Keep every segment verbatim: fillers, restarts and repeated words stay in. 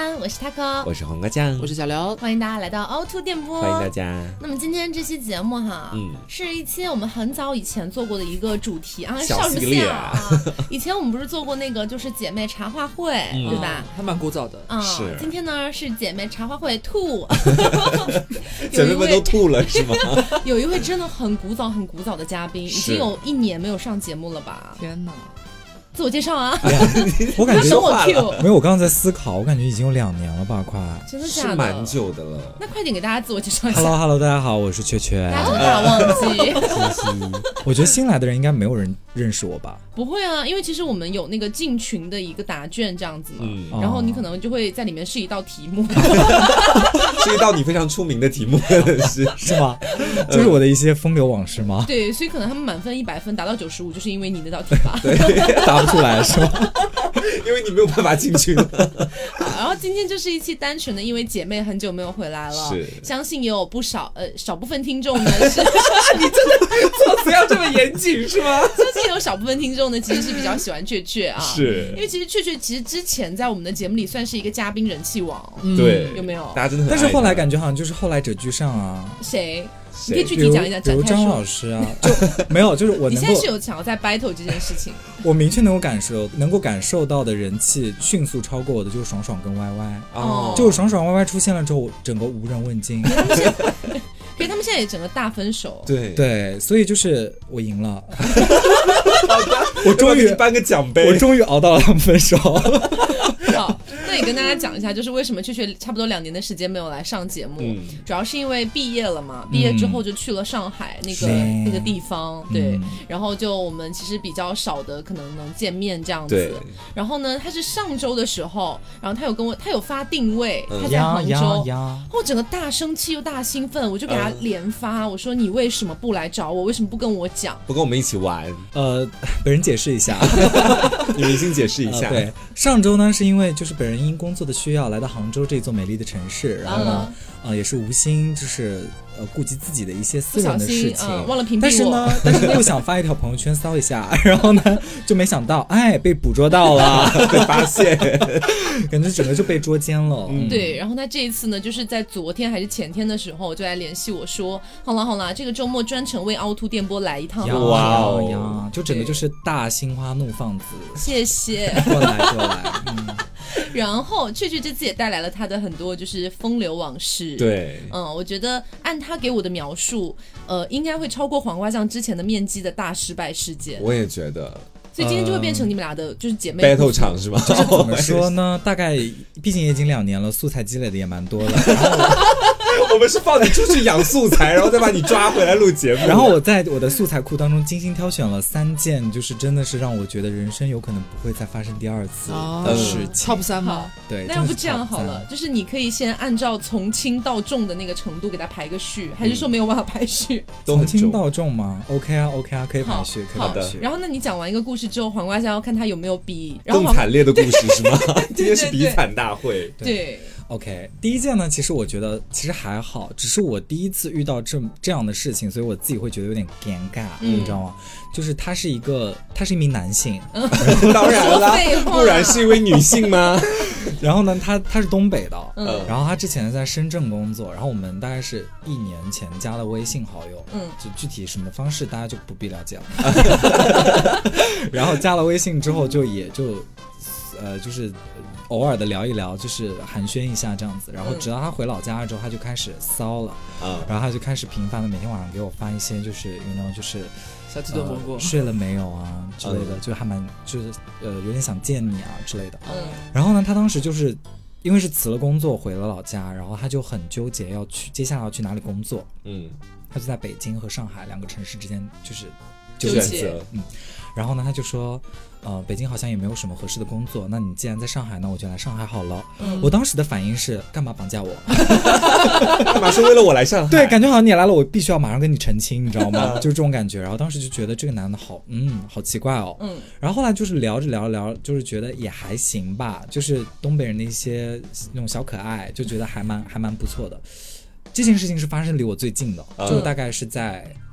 安，我是 Taco， 我是黄瓜酱， 我是小刘， 欢迎大家来到凹凸电波， 欢迎大家。 那么今天这期节目哈，嗯，是一期我们很早以前做过的一个主题啊， 小系列啊。 以前我们不是做过那个就是姐妹茶话会，嗯、对吧？ 还蛮古早的。 嗯， 是。 今天呢是姐妹茶话会吐， 姐妹们都吐了是吗？ 有一位真的很古早很古早的嘉宾，已经有一年没有上节目了吧？ 天哪！ 自我介绍啊！ 我感觉等我 Q， 没有，我刚刚在思考，我感觉已经有两年了吧，快。 真的假的？ 是蛮久的了。 那快点给大家自我介绍一下。 Hello Hello， 大家好，我是雀雀。 大家真的忘记。 我觉得新来的人应该没有人认识我吧？ 不会啊，因为其实我们有那个进群的一个答卷这样子嘛，嗯、然后你可能就会在里面是一道题目， 是一道你非常出名的题目，是是吗？就是我的一些风流往事吗？ 对，所以可能他们满分一百分达到九十五，就是因为你那道题吧？ 对， 答不出来是吗？ 因为你没有办法进去了。 然后今天就是一期单纯的，因为姐妹很久没有回来了， 是相信也有不少呃少部分听众呢是， 你真的措辞要这么严谨是吗？ 相信有少部分听众呢其实是比较喜欢雀雀啊， 是因为其实雀雀其实之前在我们的节目里算是一个嘉宾人气王， 嗯、对， 有没有？ 大家真的很爱他， 但是后来感觉好像就是后来者居上啊。 谁？你可以具体讲一讲， 比如张老师啊，就没有，就是我能够。 你现在是有想要在 battle 这件事情， 我明确能够感受，能够感受到的人气迅速超过我的就是爽爽跟 Y Y， 哦，就是爽爽 Y Y 出现了之后，整个无人问津。 可是他们现在也整个大分手， 对对，所以就是我赢了， 我终于颁个奖杯， 我终于熬到了他们分手。 好，那也跟大家讲一下，就是为什么雀雀差不多两年的时间没有来上节目，嗯、主要是因为毕业了嘛，毕业之后就去了上海那个、嗯、那个地方，对、嗯，然后就我们其实比较少的可能能见面这样子。然后呢，他是上周的时候，然后他有跟我，他有发定位，嗯、他在杭州，我整个大生气又大兴奋，我就给他连发，嗯、我说你为什么不来找我？为什么不跟我讲？ 不跟我们一起玩？ 呃，本人解释一下， 你明星解释一下。 呃、对，上周呢是因为就是本人因工作的需要来到杭州这座美丽的城市，然后呢，呃，也是无心就是呃顾及自己的一些私人的事情， 嗯、忘了屏蔽我。 但是呢，但是又想发一条朋友圈骚一下，然后呢就没想到，哎，被捕捉到了， 被发现， 感觉整个就被捉奸了。 嗯、对，然后他这一次呢，就是在昨天还是前天的时候，就来联系我说，好了好了，这个周末专程为凹凸电波来一趟。 哇哦呀，就整个就是大心花怒放子。 谢谢， 过来过来。嗯然后雀雀这次也带来了他的很多就是风流往事， 对， 嗯，我觉得按他给我的描述，呃，应该会超过黄瓜酱之前的面基的大失败事件。 我也觉得， 所以今天就会变成你们俩的就是姐妹 battle 场是吗？ 就是怎么说呢？大概毕竟也已经两年了，素材积累的也蛮多了。然后我们是放你出去养素材，然后再把你抓回来录节目。 然后我在我的素材库当中精心挑选了三件，就是真的是让我觉得人生有可能不会再发生第二次的事情。 Top 三吗？ 对， 那要不这样好了，就是你可以先按照从轻到重的那个程度给它排个序，还是说没有办法排序？ 从轻到重吗 ？OK 啊 ，OK 啊，可以排序，可以排序。 然后那你讲完一个故事之后，黄瓜酱要看他有没有比更惨烈的故事是吗？今天是比惨大会。 对。对 OK， 第一件呢，其实我觉得其实还好，只是我第一次遇到这这样的事情，所以我自己会觉得有点尴尬，嗯、你知道吗？就是他是一个，他是一名男性， 嗯、 当然啦，不然是一位女性吗？ 然后呢，他他是东北的， 嗯， 然后他之前在深圳工作，然后我们大概是一年前加了微信好友， 嗯， 就具体什么方式大家就不必了解了。然后加了微信之后，就也就呃就是。偶尔的聊一聊，就是寒暄一下这样子，然后直到他回老家之后，他就开始骚了，嗯，然后他就开始频繁的每天晚上给我发一些，就是you know就是小鸡炖蘑菇、 呃、睡了没有啊之类的，嗯、就还蛮就是呃有点想见你啊之类的， 嗯， 然后呢，他当时就是因为是辞了工作回了老家，然后他就很纠结要去接下来要去哪里工作， 嗯， 他就在北京和上海两个城市之间就是纠结， 嗯，然后呢，他就说。呃，北京好像也没有什么合适的工作，那你既然在上海，那我就来上海好了。嗯、我当时的反应是，干嘛绑架我？ 干嘛是为了我来上海？ 对，感觉好像你来了，我必须要马上跟你澄清，你知道吗？就是这种感觉。然后当时就觉得这个男的好，嗯，好奇怪哦。 嗯。 然后后来就是聊着聊着聊，就是觉得也还行吧，就是东北人的一些那种小可爱，就觉得还蛮还蛮不错的。这件事情是发生离我最近的，嗯、就大概是在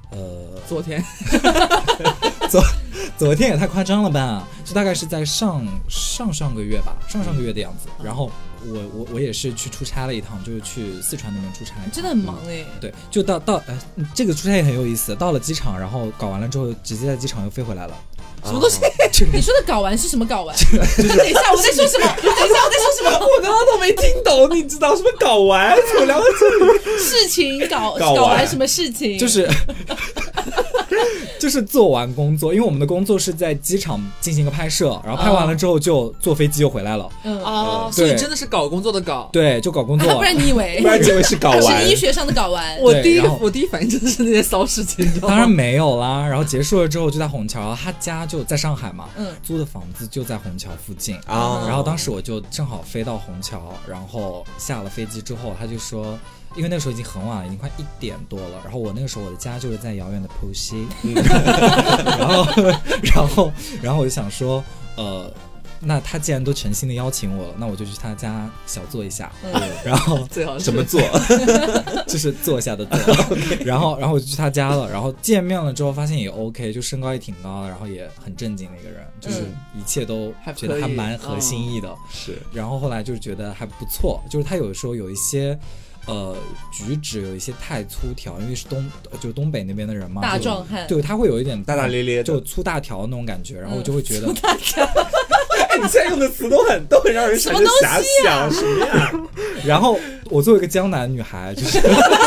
呃， 昨天， 昨昨天也太夸张了吧？就大概是在上上上个月吧，上上个月的样子。然后我我我也是去出差了一趟，就是去四川那边出差， 真的很忙哎、 嗯。对，就到到呃，这个出差也很有意思。到了机场，然后搞完了之后，直接在机场又飞回来了。 什么东西？你说的搞完是什么搞完？等一下，我在说什么？等一下，我在说什么？ 我刚刚都没听懂，你知道什么搞完？怎么聊到这里？ 事情搞搞完搞完什么事情？ 就是就是做完工作，因为我们的工作是在机场进行一个拍摄，然后拍完了之后就坐飞机又回来了。 嗯哦， 对所以真的是搞工作的搞。 对，就搞工作。 不然你以为？ 不然你以为是搞完？ 是医学上的搞完。 我第一然后我第一反应真的是那些骚事情，你知道吗当然没有啦，然后结束了之后就在虹桥，他家就在上海嘛， 嗯租的房子就在虹桥附近啊然后当时我就正好飞到虹桥，然后下了飞机之后，他就说。因为那个时候已经很晚了，已经快一点多了。然后我那个时候我的家就是在遥远的浦西，然后然后然后我就想说，呃，那他既然都诚心的邀请我了，那我就去他家小坐一下。 嗯、 然后最好是怎么做？ 就是坐下的坐。然后然后我就去他家了，然后见面了之后发现也 OK， 就身高也挺高的，然后也很正经的一个人，就是一切都觉得还蛮合心意的。 是。 然后后来就觉得还不错，就是他有时候有一些。呃，举止有一些太粗条，因为是东就东北那边的人嘛， 大壮汉， 对，他会有一点大大咧咧， 就粗大条的那种感觉，然后我就会觉得， 粗大条， 哎，你现在用的词都很都很让人产生遐想，什么呀？ 然后我作为一个江南女孩，就是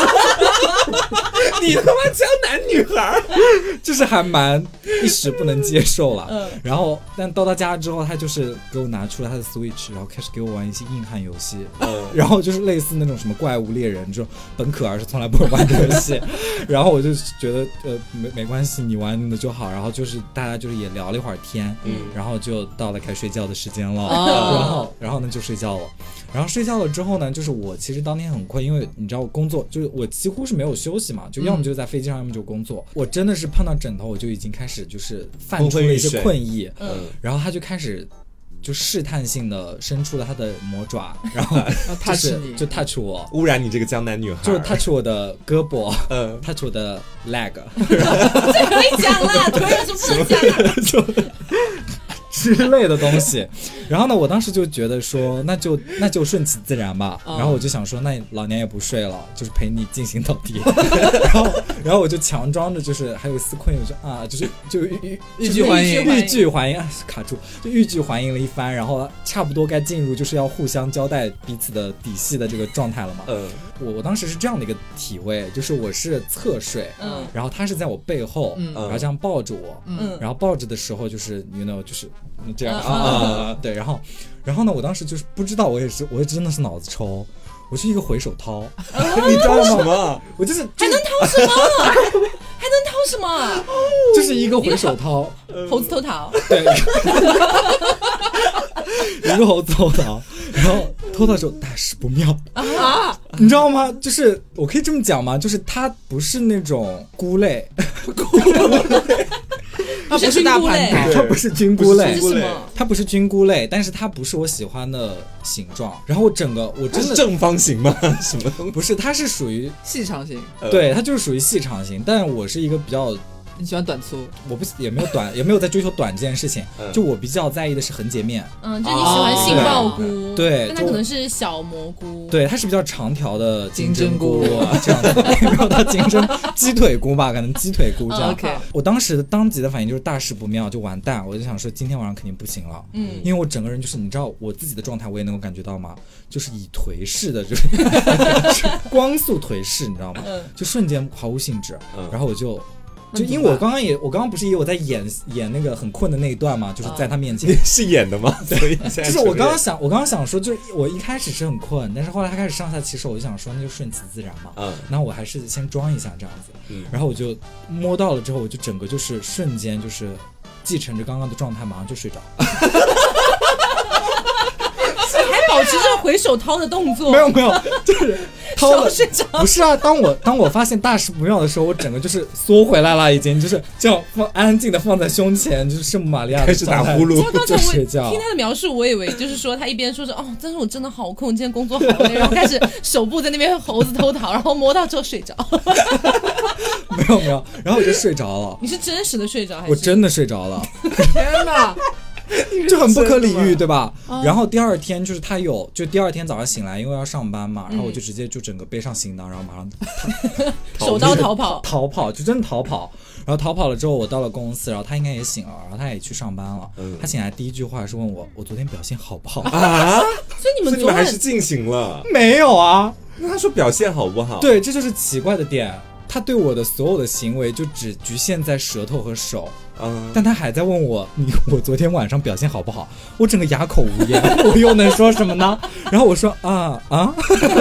你他妈江南女孩， 就是还蛮一时不能接受了。 嗯， 然后但到他家之后，他就是给我拿出了他的 Switch， 然后开始给我玩一些硬汉游戏， 嗯， 然后就是类似那种什么怪物猎人这种本可儿是从来不会玩的游戏，然后我就觉得呃没没关系，你玩你的就好。然后就是大家就是也聊了一会儿天， 嗯， 然后就到了该睡觉的时间了， 哦、 然后然后呢就睡觉了。然后睡觉了之后呢，就是我其实当天很困，因为你知道我工作就是我几乎是没有休息嘛，就要么就在飞机上，要么就工作。我真的是碰到枕头，我就已经开始就是泛出了一些困意， 嗯， 然后他就开始就试探性的伸出了他的魔爪，然后就是 touch 你就 touch 我， 污染你这个江南女孩， 就是 touch 我的胳膊， 嗯 ，touch 我的 leg， 这可以讲啦，突然说不能讲啦， 就之类的东西。然后呢，我当时就觉得说，那就那就顺其自然吧。 嗯、 然后我就想说，那老娘也不睡了，就是陪你进行到底。然后，然后我就强装着，就是还有一丝困意，我就啊，就是就欲欲拒还迎， 欲拒还迎啊，卡住，就欲拒还迎了一番。然后差不多该进入就是要互相交代彼此的底细的这个状态了嘛。 嗯， 我我当时是这样的一个体位，就是我是侧睡， 嗯， 然后他是在我背后， 嗯， 然后这样抱着我， 嗯， 然后抱着的时候就是 you know 就是这样嗯、 啊，对，然后然后呢，我当时就是不知道，我也是我也真的是脑子抽，我是一个回手掏， 你知道什么？ 我就是还能掏什么？还能掏什么？ 就是一个回手掏， 猴子偷桃， 对，一个猴子偷桃，然后偷的时候大事不妙啊， 你知道吗？就是我可以这么讲吗？就是他不是那种菇类，菇类。 它不是大蟠桃， 它不是菌菇类， 是什么？ 它不是菌菇类，但是它不是我喜欢的形状。然后我整个我真的正方形吗？什么东西？ 不是，它是属于细长型， 对，它就是属于细长型。但我是一个比较。 你喜欢短粗？ 我不也没有短，也没有在追求短这件事情。嗯、就我比较在意的是横截面。 嗯，就你喜欢杏鲍菇， 对， 但它可能是小蘑菇。 对，它是比较长条的金针菇这样的，没有到金针鸡腿菇吧？可能鸡腿菇这样。 嗯、okay. 我当时当即的反应就是大事不妙，就完蛋。我就想说今天晚上肯定不行了。 嗯， 因为我整个人就是你知道我自己的状态，我也能够感觉到吗？就是以颓式的，就是光速颓式，你知道吗？ 嗯， 就瞬间毫无兴致。 嗯， 然后我就。就因为我刚刚也，我刚刚不是也有在演演那个很困的那一段嘛，就是在他面前、 嗯、是演的吗？所以就是我刚刚想，我刚刚想说，就是我一开始是很困，但是后来他开始上下其手，我就想说那就顺其自然嘛。 嗯， 那我还是先装一下这样子。 嗯， 然后我就摸到了之后，我就整个就是瞬间就是继承着刚刚的状态，马上就睡着。 还保持着回手掏的动作？ 没有没有，就是掏了睡着。 不是啊，当我当我发现大事不妙的时候，我整个就是缩回来了，已经就是这样放安静的放在胸前，就是圣母玛利亚开始打呼噜就睡觉。 听他的描述，我以为就是说他一边说着哦，但是我真的好困，我今天工作好累，然后开始手部在那边猴子偷桃，然后摸到之后睡着。 没有没有，然后我就睡着了。 你是真实的睡着还是？ 我真的睡着了。 天哪！ 就很不可理喻，对吧？哦、然后第二天就是他有，就第二天早上醒来，因为要上班嘛，然后我就直接就整个背上行当，然后马上手刀逃跑， 逃跑就真的逃跑。然后逃跑了之后，我到了公司，然后他应该也醒了，然后他也去上班了。嗯、他醒来第一句话是问我，我昨天表现好不好啊？ 所以你们昨天还是进行了？ 没有啊？ 那他说表现好不好？ 对，这就是奇怪的点。他对我的所有的行为就只局限在舌头和手，嗯，但他还在问我，你我昨天晚上表现好不好？我整个哑口无言，我又能说什么呢？然后我说啊啊，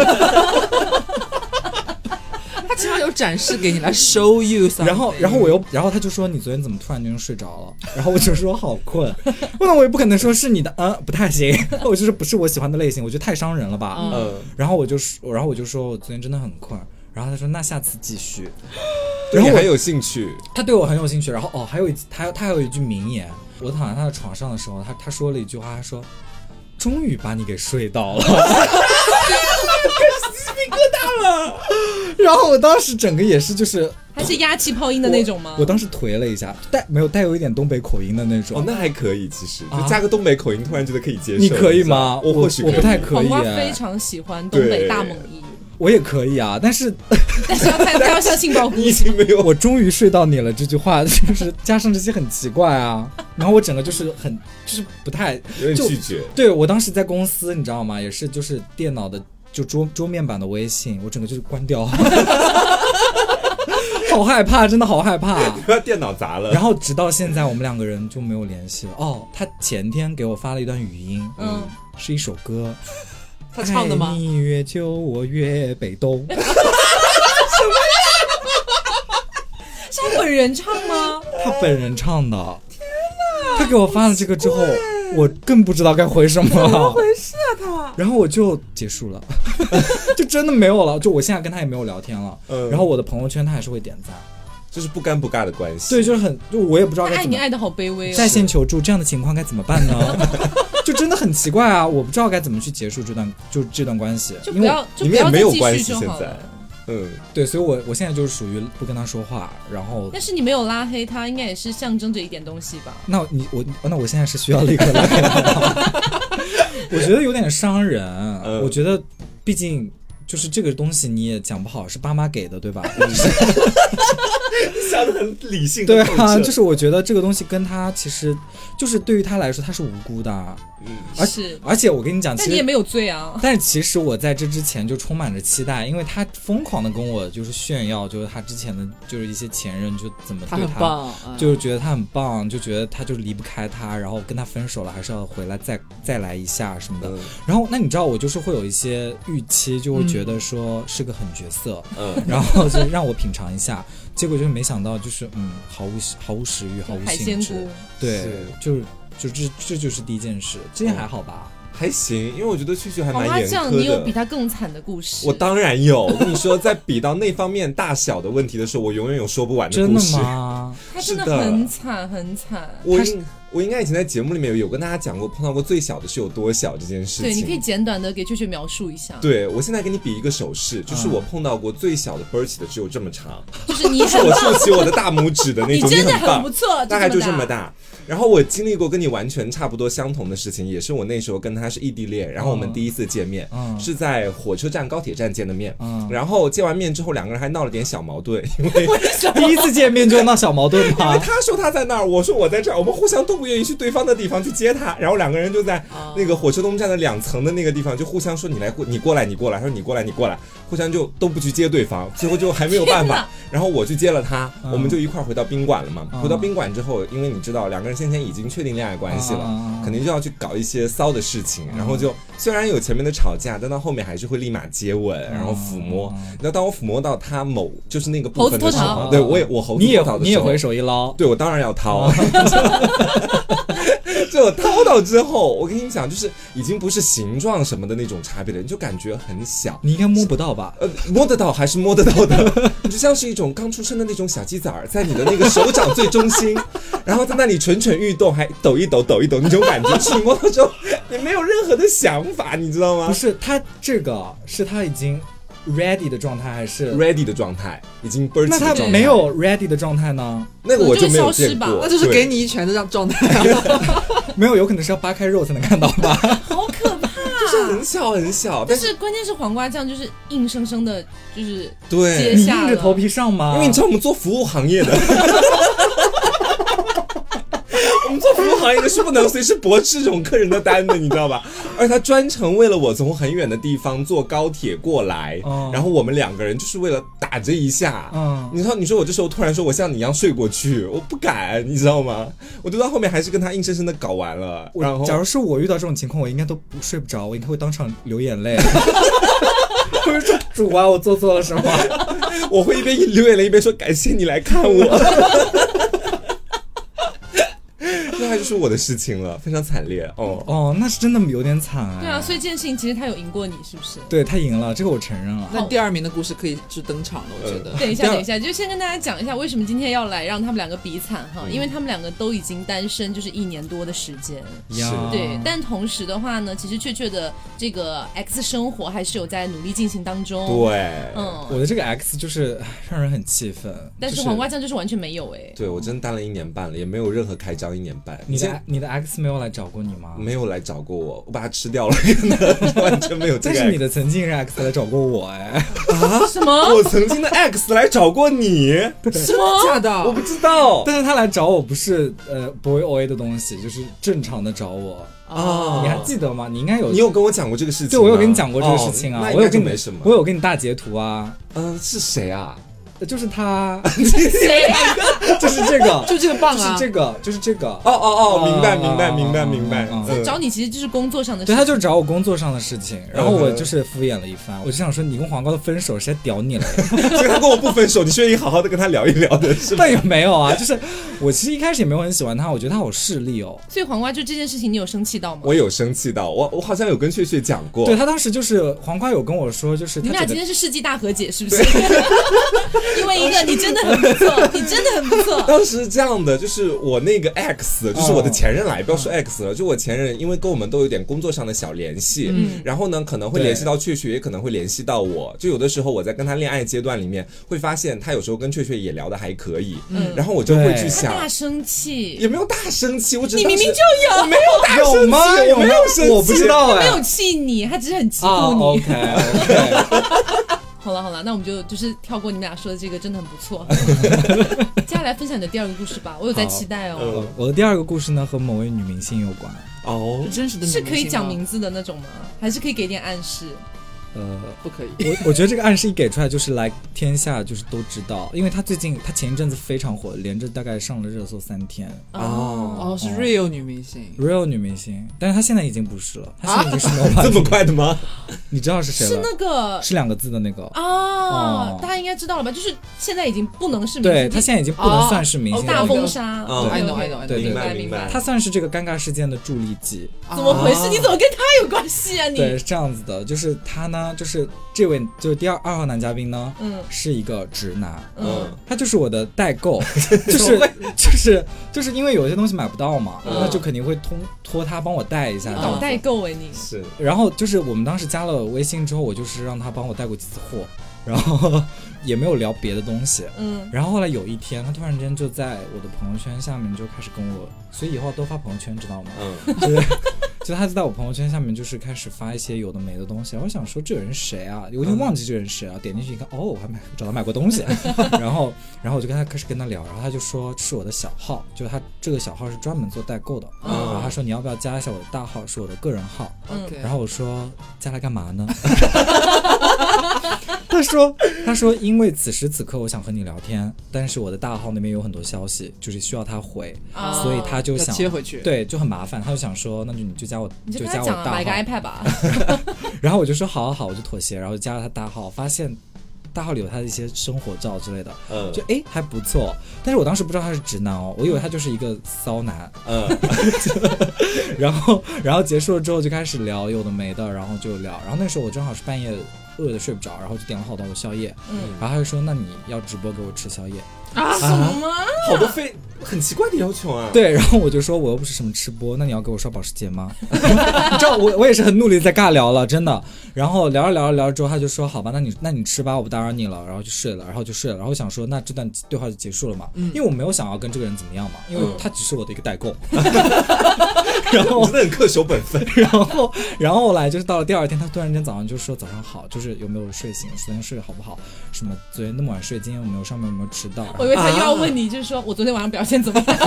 他起码有展示给你来 show you something。 然后然后我又然后他就说你昨天怎么突然间睡着了？然后我就说好困，那我也不可能说是你的，嗯，不太行，我就说不是我喜欢的类型，我觉得太伤人了吧，嗯，然后我就说，然后我就说我昨天真的很困。然后他说：“那下次继续。” 然后我很有兴趣， 他对我很有兴趣。然后哦，还有一他他还有一句名言，我躺在他的床上的时候，他他说了一句话，他说：“终于把你给睡到了。”鸡皮疙瘩了。然后我当时整个也是就是还是压气泡音的那种吗？ 我, 我当时颓了一下，带没有带有一点东北口音的那种。 哦，那还可以，其实就加个东北口音，突然觉得可以接受。 你可以吗？ 我或许我不太可以。 黄瓜非常喜欢东北大猛一。 我也可以啊，但是但是要他要相信保护你已经没有。 我终于睡到你了这句话，就是加上这些很奇怪啊，然后我整个就是很就是不太有点拒绝。 对，我当时在公司，你知道吗？也是就是电脑的就桌桌面版的微信，我整个就是关掉，好害怕，真的好害怕， 不要电脑砸了。 然后直到现在，我们两个人就没有联系了。哦，他前天给我发了一段语音，嗯，是一首歌。 他唱的吗？ 爱你越久我越被动。什么是他本人唱吗？ 他本人唱的。天哪！他给我发了这个之后，我更不知道该回什么。 怎么回事啊他？ 然后我就结束了，就真的没有了。就我现在跟他也没有聊天了。嗯。然后我的朋友圈他还是会点赞。 就是不干不尬的关系。 对，就是很，就我也不知道该怎么。 爱你爱的好卑微哦。 在线求助，这样的情况该怎么办呢？就真的很奇怪啊，我不知道该怎么去结束这段就这段关系， 就不要就不要再继续就好了。 嗯， 对，所以我我现在就是属于不跟他说话，然后。 但是你没有拉黑他，应该也是象征着一点东西吧？ 那你我那我现在是需要立刻拉黑他。我觉得有点伤人，嗯、我觉得毕竟。就是这个东西你也讲不好是爸妈给的，对吧？ 想得很理性。 对啊，就是我觉得这个东西跟他其实就是对于他来说他是无辜的。 嗯， 而是。 而且我跟你讲， 但你也没有罪啊。 但是其实我在这之前就充满着期待，因为他疯狂的跟我就是炫耀，就是他之前的就是一些前任就怎么对他， 他很棒， 就是觉得他很棒，就觉得他就离不开他，然后跟他分手了还是要回来再再来一下什么的。嗯、然后那你知道我就是会有一些预期，就会觉得说是个狠角色，嗯，然后就让我品尝一下，结果就是没想到就是嗯毫无毫无食欲，毫无兴致，对，就是就这这就是第一件事，这件还好吧？ 还行，因为我觉得旭旭还蛮严苛的。 这样你有比他更惨的故事？ 我当然有。我跟你说，在比到那方面大小的问题的时候，我永远有说不完的故事。 真的吗？ 他真的很惨，很惨。 我应我应该以前在节目里面有跟大家讲过，碰到过最小的是有多小这件事情。 对，你可以简短的给雀雀描述一下。 对，我现在给你比一个手势，就是我碰到过最小的 Birch 的只有这么长， 就是你是我竖起我的大拇指的那种， 你真的很不错， 大概就这么大。然后我经历过跟你完全差不多相同的事情，也是我那时候跟他是异地恋，然后我们第一次见面、嗯、是在火车站高铁站见的面、嗯、然后见完面之后两个人还闹了点小矛盾，因为第一次见面就闹小矛盾吗？ 因为他说他在那儿，我说我在这儿，我们互相都不愿意去对方的地方去接他，然后两个人就在那个火车东站的两层的那个地方就互相说你来过你过来你过来，他说你过来你过来，互相就都不去接对方，最后就还没有办法，然后我去接了他、嗯、我们就一块回到宾馆了嘛、嗯、回到宾馆之后，因为你知道两个人先前已经确定恋爱关系了、嗯、肯定就要去搞一些骚的事情、嗯、然后就虽然有前面的吵架，但到后面还是会立马接吻、嗯、然后抚摸、嗯、然后当我抚摸到他某就是那个部分的时候，对我也我猴子你也你也回手一捞， 对我当然要掏就我掏到之后，我跟你讲，就是已经不是形状什么的那种差别了，你就感觉很小。 你应该摸不到吧？ 呃，摸得到还是摸得到的，就像是一种刚出生的那种小鸡仔儿，在你的那个手掌最中心，然后在那里蠢蠢欲动，还抖一抖抖一抖那种感觉。是你摸到之后，你没有任何的想法，你知道吗？ 不是，他这个是他已经 ready 的状态还是 ready 的状态，已经倍儿起那的状态。 他没有 ready 的状态呢？ 那个我就没有见那就会消失吧过， 那就是对给你一拳的这样状态啊。 没有，有可能是要扒开肉才能看到吧？ 好可怕。 就是很小很小， 但但是是关键是黄瓜酱就是硬生生的，就是对你接下了硬着头皮上吗？ 因为你知道我们做服务行业的。我们做服务行业的是不能随时驳斥这种客人的单的，你知道吧？而且他专程为了我从很远的地方坐高铁过来， 哦然后我们两个人就是为了打这一下。 嗯你知道，你说我这时候突然说我像你一样睡过去，我不敢，你知道吗？我就到后面还是跟他硬生生的搞完了。然后， 我假如是我遇到这种情况，我应该都不睡不着，我应该会当场流眼泪。我就说主啊，我做错了什么？ 我会一边流眼泪一边说感谢你来看我。那就是我的事情了，非常惨烈哦。 哦，那是真的有点惨哎。 对啊，所以这件事情其实他有赢过你，是不是？ 对他赢了，这个我承认了。 那第二名的故事可以就登场了，我觉得。 等一下，等一下，就先跟大家讲一下为什么今天要来让他们两个比惨哈， 嗯因为他们两个都已经单身就是一年多的时间。 呀对，但同时的话呢，其实确确的这个 X 生活还是有在努力进行当中。 对， 嗯， 我的这个 X 就是唉让人很气愤， 但就是黄瓜酱就是完全没有哎、 对我真单了一年半了，也没有任何开张一年半。 你现的你的 X 没有来找过你吗？ 没有来找过我，我把它吃掉了，真的完全没有这个。 但是你的曾经人 X 来找过我哎， 什么？ 我曾经的 X 来找过你， 什么？ 假的？ 我不知道。 但是他来找我不是呃 boy O A 的东西，就是正常的找我。 哦你还记得吗？你应该有， 你有跟我讲过这个事情吗？ 对我有跟你讲过这个事情啊， 哦那应该我有跟你就没什么。 我有跟你大截图啊， 嗯、是谁啊？ 就是他， 谁啊？ 就是这个， 就这个棒啊！ 就是这个，就是这个。 哦哦哦，明白哦明白哦明白哦明白。 哦嗯找你其实就是工作上的事对， 情。 他就找我工作上的事情，然后我就是敷衍了一番，我就想说你跟黄瓜都分手，谁还屌你了？ 所以他跟我不分手，你是愿意好好的跟他聊一聊的，是吧？ 但也没有啊，就是我其实一开始也没有很喜欢他，我觉得他好势利哦。 所以黄瓜就这件事情，你有生气到吗？ 我有生气到，我我好像有跟雀雀讲过。 对他当时就是黄瓜有跟我说，就是你们俩今他觉得天是世纪大和解，是不是？因为一个你真的很不错，你真的很不错。 当时这样的，就是我那个 X，就是我的前任啦，也不要说 X 了，就我前任，因为跟我们都有点工作上的小联系， 嗯然后呢，可能会联系到雀雀，也可能会联系到我。就有的时候我在跟他恋爱阶段里面，会发现他有时候跟雀雀也聊得还可以， 嗯然后我就会去对想， 大生气， 也没有大生气，我只是你明明当时就有我没有大生气， 有吗？ 我没有生气， 我不知道哎。 没有气你，他只是很嫉啊妒你。 ，OK OK， 好了好了，那我们就就是跳过你们俩说的这个，真的很不错。接下来分享你的第二个故事吧，我有在期待哦。 嗯我的第二个故事呢和某位女明星有关。 哦， 真实的女是可以明星吗讲名字的那种吗？还是可以给点暗示？ 呃， 不可以。 我我觉得这个暗示一给出来，就是来天下就是都知道，因为他最近他前一阵子非常火，连着大概上了热搜三天。 哦哦，是 real 女明星。 real 女明星，但是她现在已经不是了，她现在已经是 no 这 one。 么快的吗？ 你知道是谁了？ 是那个是两个字的那个。 啊哦， 大家应该知道了吧？就是现在已经不能是明星， 对，她现在已经不能算是明星了。 大风沙， 嗯 I know, I know, I know 对对明明白白明白。 她算是这个尴尬事件的助力剂。 怎么回事？ 啊你怎么跟他有关系啊？你对，是这样子的，就是他呢，就是这位就是第二二号男嘉宾呢， 嗯是一个直男。 嗯嗯他就是我的代购，就是就是就是因为有些东西买不到嘛， 嗯那就肯定会通托他帮我带一下。 搞代购哎你。 是然后就是我们当时加了微信之后，我就是让他帮我带过几次货，然后也没有聊别的东西。 嗯然后后来有一天，他突然间就在我的朋友圈下面就开始跟我，所以以后都发朋友圈，知道吗？ 嗯就是就他就在我朋友圈下面就是开始发一些有的没的东西，然后我想说这个人是谁啊？我已经忘记这个人是谁啊，点进去一看，哦，我还买找他买过东西，然后然后我就跟他开始跟他聊，然后他就说是我的小号，就是他这个小号是专门做代购的， 嗯然后他说你要不要加一下我的大号，是我的个人号， 嗯 OK， 然后我说加来干嘛呢？他说他说因为此时此刻我想和你聊天，但是我的大号那边有很多消息，就是需要他回， 哦所以他就要想切回去。 对就很麻烦，他就想说那就你就加我你就跟加我大他讲啊，买个号， iPad 吧。 然后我就说好好好，我就妥协，然后就加了他大号，发现大号里有他的一些生活照之类的， 嗯就哎还不错，但是我当时不知道他是直男哦，我以为他就是一个骚男， 嗯然后然后结束了之后就开始聊有的没的，然后就聊，然后那时候我正好是半夜饿的睡不着，然后就点了好多宵夜， 嗯然后他就说那你要直播给我吃宵夜， 啊？什么？ 好多非很奇怪的要求啊。 对，然后我就说我又不是什么吃播，那你要给我刷保时捷吗？你知道我我也是很努力在尬聊了，真的。然后聊着聊着聊着之后，他就说好吧，那你那你吃吧，我不打扰你了，然后就睡了，然后就睡了。然后我想说那这段对话就结束了嘛，嗯、因为我没有想要跟这个人怎么样嘛，因为他只是我的一个代购。然后真的很恪守本分。 然后然后后来就是到了第二天，他突然间早上就说早上好，就是有没有睡醒，昨天睡得好不好，什么昨天那么晚睡，今天有没有上面有没有迟到。 我以为他又要问你，就是说我昨天晚上表现怎么样。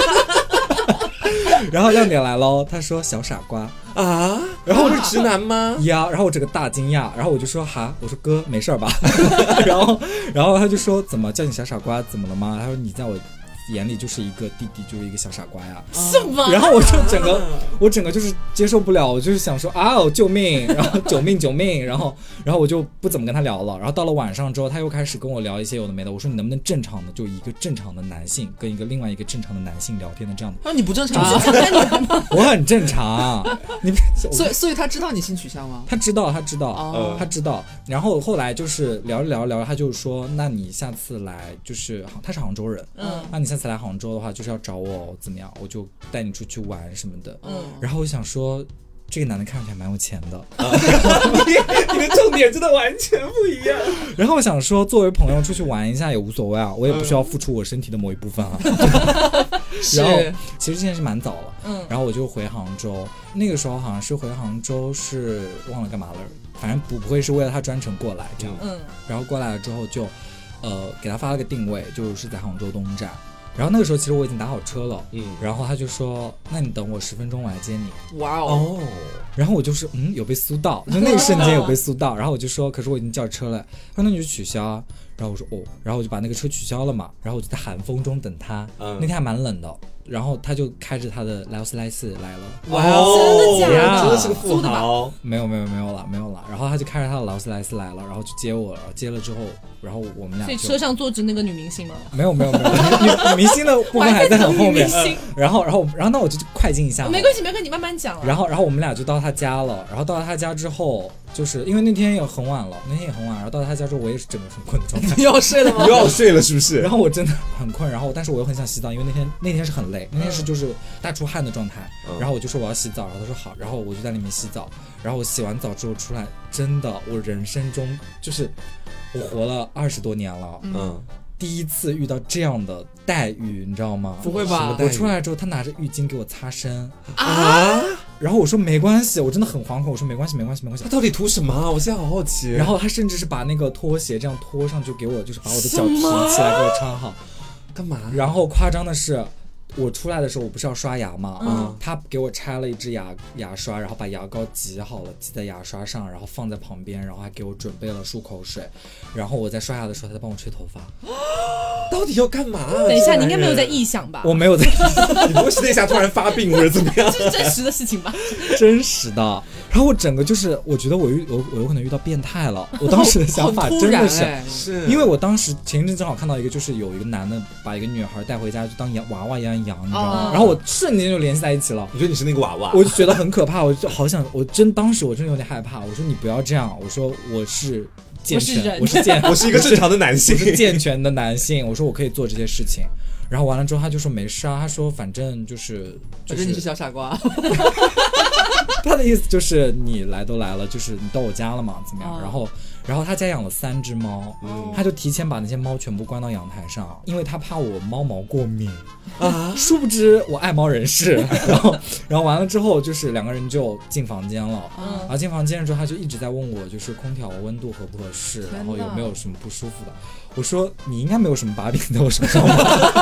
然后亮点来喽，他说小傻瓜啊，然后我是直男吗？ 呀，然后我这个大惊讶，然后我就说哈，我说哥没事吧？然后然后他就说怎么叫你小傻瓜，怎么了吗？他说你在我眼里就是一个弟弟，就是一个小傻瓜呀。 什么？ 然后我就整个我整个就是接受不了，我就是想说啊，救命！然后救命救命！然后然后我就不怎么跟他聊了。然后到了晚上之后，他又开始跟我聊一些有的没的。我说你能不能正常的，就一个正常的男性跟一个另外一个正常的男性聊天的这样的？ 他说你不正常啊？ 我很正常。你所以所以他知道你性取向吗？ 他知道，他知道， 哦、 他知道。然后后来就是聊着聊着聊着，他就说，那你下次来就是他是杭州人，嗯，那你下次来杭州的话，就是要找我怎么样，我就带你出去玩什么的。嗯，然后我想说，这个男的看上去还蛮有钱的， 啊、你, 你的重点真的完全不一样。 然后我想说，作为朋友出去玩一下也无所谓啊，我也不需要付出我身体的某一部分啊。然后其实这件事蛮早了，嗯，然后我就回杭州，那个时候好像是回杭州是忘了干嘛了，反正不不会是为了他专程过来这样，嗯，然后过来了之后就，呃，给他发了个定位，就是在杭州东站。然后那个时候其实我已经打好车了，嗯，然后他就说那你等我十分钟我来接你。 哇哦， 然后我就说嗯有被苏到，就那一瞬间有被苏到，然后我就说可是我已经叫车了，他说那你就取消啊，然后我说哦，然后我就把那个车取消了嘛，然后我就在寒风中等他，嗯、那天还蛮冷的，然后他就开着他的劳斯莱斯来了。 哇哦， 真的假的？ 真的是个富豪。 没有没有没有了没有了，然后他就开着他的劳斯莱斯来了，然后就接我，然后接了之后，然后我们俩就。 所以车上坐着那个女明星吗？ 没有没有没有，女女明星的部分还在很后面。然后然后然后那我就快进一下。 没关系没关系，你慢慢讲。 然后然后我们俩就到他家了，然后到了他家之后。就是因为那天也很晚了，那天也很晚，然后到他家之后，我也是整个很困的状态。 你要睡了吗？ 又要睡了是不是？ 然后我真的很困，然后但是我又很想洗澡，因为那天那天是很累，那天是就是大出汗的状态。嗯、然后我就说我要洗澡，然后他说好，然后我就在里面洗澡，然后我洗完澡之后出来，真的我人生中就是我活了二十多年了，嗯。第一次遇到这样的待遇，你知道吗？ 不会吧？ 我出来之后，他拿着浴巾给我擦身啊，然后我说没关系，我真的很惶恐，我说没关系，没关系，没关系。 他到底图什么啊？我现在好好奇。 然后他甚至是把那个拖鞋这样拖上，就给我，就是把我的脚提起来给我穿好， 干嘛？ 然后夸张的是。我出来的时候我不是要刷牙吗？嗯，他给我拆了一支牙牙刷，然后把牙膏挤好了，挤在牙刷上，然后放在旁边，然后还给我准备了漱口水，然后我在刷牙的时候他在帮我吹头发。 到底要干嘛、啊？ 等一下，你应该没有在臆想吧？ 我没有在臆想， 你不会是那下突然发病或者怎么样？ 这是真实的事情吧？ 真实的。然后我整个就是，我觉得我遇我我有可能遇到变态了。我当时的想法真的是， 欸、 是因为我当时前一阵正好看到一个，就是有一个男的把一个女孩带回家，就当洋娃娃一样养，你知道吗？哦、然后我瞬间就联系在一起了。 你觉得你是那个娃娃？ 我就觉得很可怕，我就好想，我真当时我真的有点害怕。我说你不要这样，我说我是。健全，我是健， 我是一个正常的男性， 我是健全的男性。我说我可以做这些事情，然后完了之后他就说没事啊，他说反正就是， 反正你是小傻瓜。 他的意思就是你来都来了，就是你到我家了嘛，怎么样？哦、然后，然后他家养了三只猫，嗯、他就提前把那些猫全部关到阳台上，因为他怕我猫毛过敏啊。殊不知我爱猫人士，然后，然后完了之后就是两个人就进房间了，嗯、然后进房间之后他就一直在问我，就是空调温度合不合适，然后有没有什么不舒服的。我说你应该没有什么把柄在我手上吧。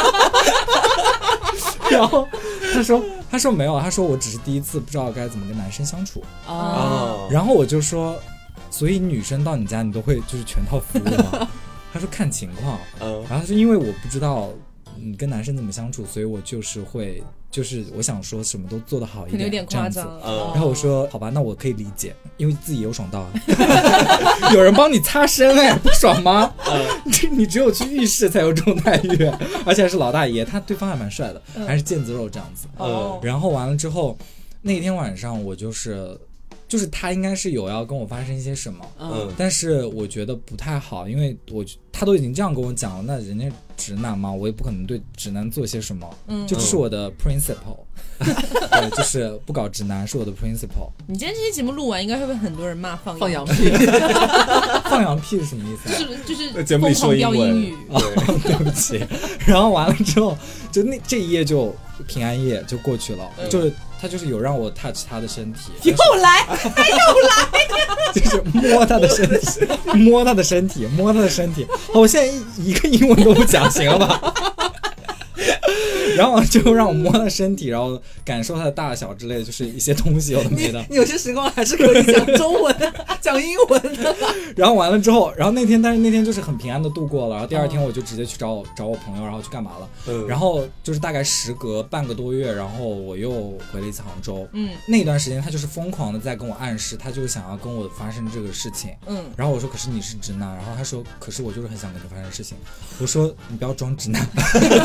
然后他说他说没有，他说我只是第一次不知道该怎么跟男生相处啊。然后我就说，所以女生到你家你都会就是全套服务吗？他说看情况。然后他说因为我不知道你跟男生怎么相处，所以我就是会就是我想说什么都做得好一点， 有点夸张。 然后我说好吧，那我可以理解，因为自己有爽到啊。有人帮你擦身哎，不爽吗？你只有去浴室才有这种待遇，而且还是老大爷，他对方还蛮帅的，还是腱子肉这样子。然后完了之后，那天晚上我就是。 就是他应该是有要跟我发生一些什么， 嗯， 但是我觉得不太好，因为我他都已经这样跟我讲了，那人家直男嘛，我也不可能对直男做些什么，嗯，就这是我的 principle， 对，就是不搞直男是我的 principle。 你今天这期节目录完，应该会被很多人骂放放羊屁， 放羊屁是什么意思、 啊？就是就是节目里说英文， 英语对、哦，对不起。然后完了之后，就那这一夜就平安夜就过去了，嗯、就是。他就是有让我 touch 他的身体， 又来，他又来， 就是摸他的身体，摸他的身体，摸他的身体。好，我现在一个英文都不讲，行了吧？然后就让我摸他的身体，然后感受他的大小之类的，就是一些东西有的没的。 你, 你有些时光还是可以讲中文、讲英文的。 然后完了之后，然后那天，但是那天就是很平安的度过了。然后第二天我就直接去找我找我朋友，然后去干嘛了？嗯。然后就是大概时隔半个多月，然后我又回了一次杭州。嗯。那段时间他就是疯狂的在跟我暗示，他就是想要跟我发生这个事情。嗯。然后我说，可是你是直男。然后他说，可是我就是很想跟你发生事情。我说，你不要装直男。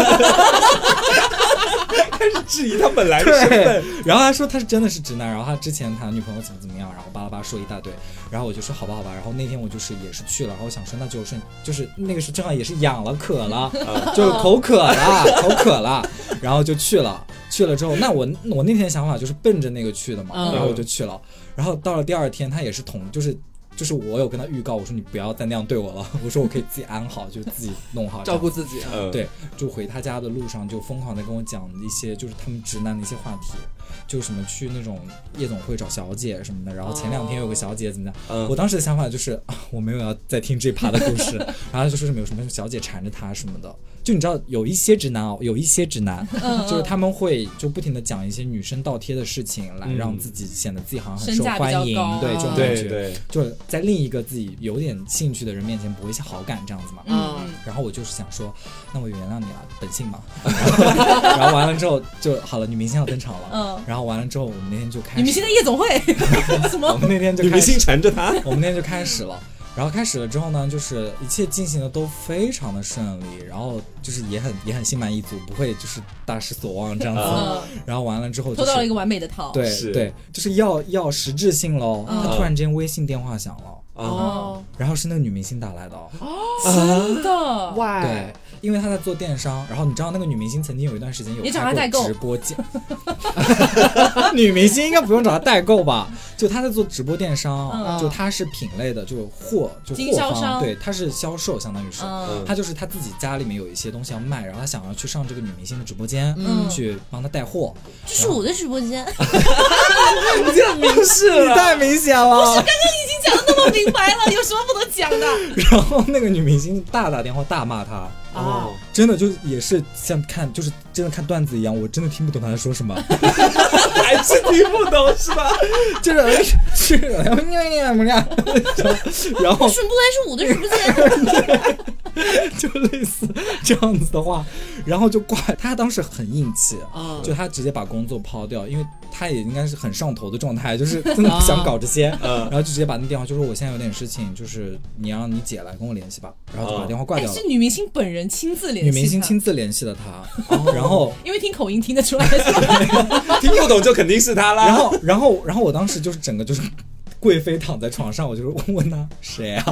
开始质疑他本来的身份， 然后他说他是真的是直男，然后他之前他女朋友怎么怎么样，然后巴拉巴拉说一大堆，然后我就说好吧好吧，然后那天我就是也是去了，然后我想说那就是就是那个时候正好也是痒了渴了，就口渴了口渴了，然后就去了去了之后，那我我那天的想法就是奔着那个去的嘛，然后我就去了，然后到了第二天他也是同就是。就是我有跟他预告，我说你不要再那样对我了，我说我可以自己安好，就自己弄好， 照顾自己。 对，就回他家的路上就疯狂的跟我讲一些就是他们直男的一些话题，就什么去那种夜总会找小姐什么的，然后前两天有个小姐怎么样，哦、我当时的想法就是、啊、我没有要再听这趴的故事，然后就说是没有什么小姐缠着他什么的。就你知道有一些直男哦，有一些直男，就是他们会就不停的讲一些女生倒贴的事情，来让自己显得自己好像很受欢迎，对这种感觉，对，就在另一个自己有点兴趣的人面前博一些好感这样子嘛。嗯，然后我就是想说，那我原谅你了，本性嘛。然后完了之后就好了，女明星要登场了。嗯，然后完了之后我们那天就开始， 女明星在夜总会，什么？ 我们那天就女明星缠着他， 我们那天就开始了。然后开始了之后呢，就是一切进行的都非常的顺利，然后就是也很也很心满意足，不会就是大失所望这样子。嗯、然后完了之后、就是， 抽到了一个完美的套。 对对，就是要要实质性喽。嗯、他突然间微信电话响了。 哦， 然后是那个女明星打来的哦， 真的哇！ 对，因为她在做电商，然后你知道那个女明星曾经有一段时间有开过直播间，女明星应该不用找她代购吧？就她在做直播电商，嗯、就她是品类的，就货就货方，对，她是销售，相当于是，嗯、她就是她自己家里面有一些东西要卖，然后她想要去上这个女明星的直播间，嗯、去帮她带货。 这是我的直播间， 你这很明示了， 你太明显了。 不是，刚刚你已经讲的那么明白了，有什么不能讲的？ 然后那个女明星大打电话大骂他。哦，真的就也是像看就是真的看段子一样，我真的听不懂他在说什么， 还是听不懂是吧？ 就是是，然后然后顺不来是我的直播间， 就类似这样子的话，然后就挂他当时很硬气，嗯、就他直接把工作抛掉，因为他也应该是很上头的状态，就是真的不想搞这些，嗯、然后就直接把那电话就说我现在有点事情，就是你让你姐来跟我联系吧，然后就把电话挂掉了。 哎、是女明星本人亲自联系， 女明星亲自联系了他，哦、然后因为听口音听得出来， 听不懂就肯定是他啦。 然后，然后，然后我当时就是整个就是贵妃躺在床上，我就问他谁啊？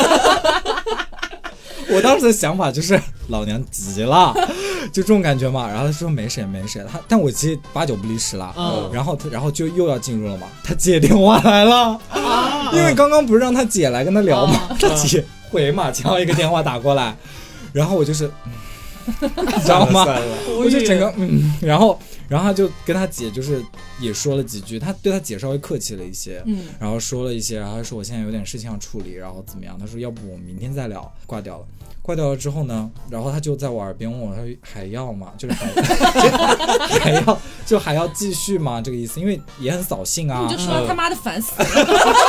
我当时的想法就是老娘急了，就这种感觉嘛。然后他说没谁没谁，他但我其实八九不离十了。嗯，然后他然后就又要进入了嘛，他姐电话来了，啊、因为刚刚不是让他姐来跟他聊嘛，啊、他姐回嘛，前后一个电话打过来，然后我就是。你知道吗？我就整个嗯，然后然后他就跟他姐就是也说了几句，他对他姐稍微客气了一些，嗯，然后说了一些，然后他说我现在有点事情要处理，然后怎么样？他说要不我们明天再聊，挂掉了。挂掉了之后呢，然后他就在我耳边问我，他说还要吗？就是还还要就还要继续吗？这个意思，因为也很扫兴啊。 你就说他妈的烦死了。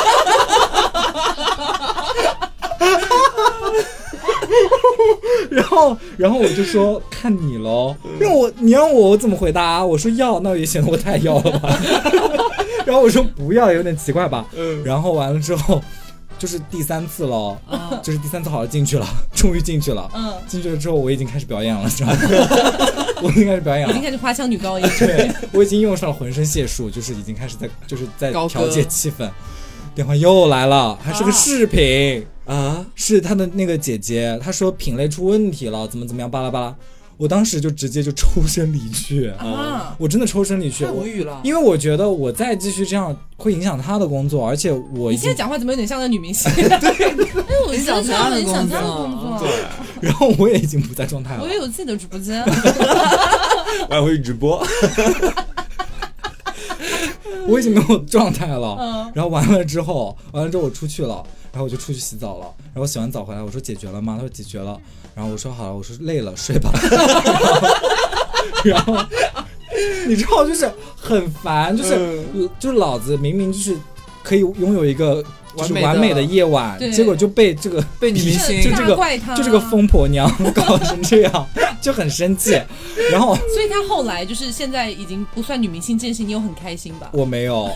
然后，然后我就说看你咯，因为我你让我我怎么回答啊？我说要，那也显得我太要了吧。然后我说不要，有点奇怪吧。然后完了之后， 就是第三次了， 嗯就是第三次好像进去了，终于进去了。 嗯， 进去了之后，我已经开始表演了，知道吗？我已经开始表演了， 已经开始花腔女高音。 对，我已经用上了浑身解数，就是已经开始在就是在高歌调节气氛。电话又来了，还是个视频啊， 是他的那个姐姐，她说品类出问题了，怎么怎么样，巴拉巴拉。我当时就直接就抽身离去啊！ 我真的抽身离去， 太无语了。 因为我觉得我再继续这样会影响她的工作，而且我你现在讲话怎么有点像个女明星？对，哎，我觉得这样很想她的工作。 对， 然后我也已经不在状态了， 我也有自己的直播间， 我还会直播。 我已经没有状态了。 嗯， 然后完了之后，完了之后我出去了，然后我就出去洗澡了。然后洗完澡回来，我说解决了吗？他说解决了。然后我说好了，我说累了，睡吧。然后你知道，就是很烦，就是、嗯、就是老子明明就是可以拥有一个就是完美的夜晚，结果就被这个被女明星就这个就这个疯婆娘搞成这样，就很生气。然后， 所以她后来就是现在已经不算女明星正戏，你有很开心吧？ 我没有。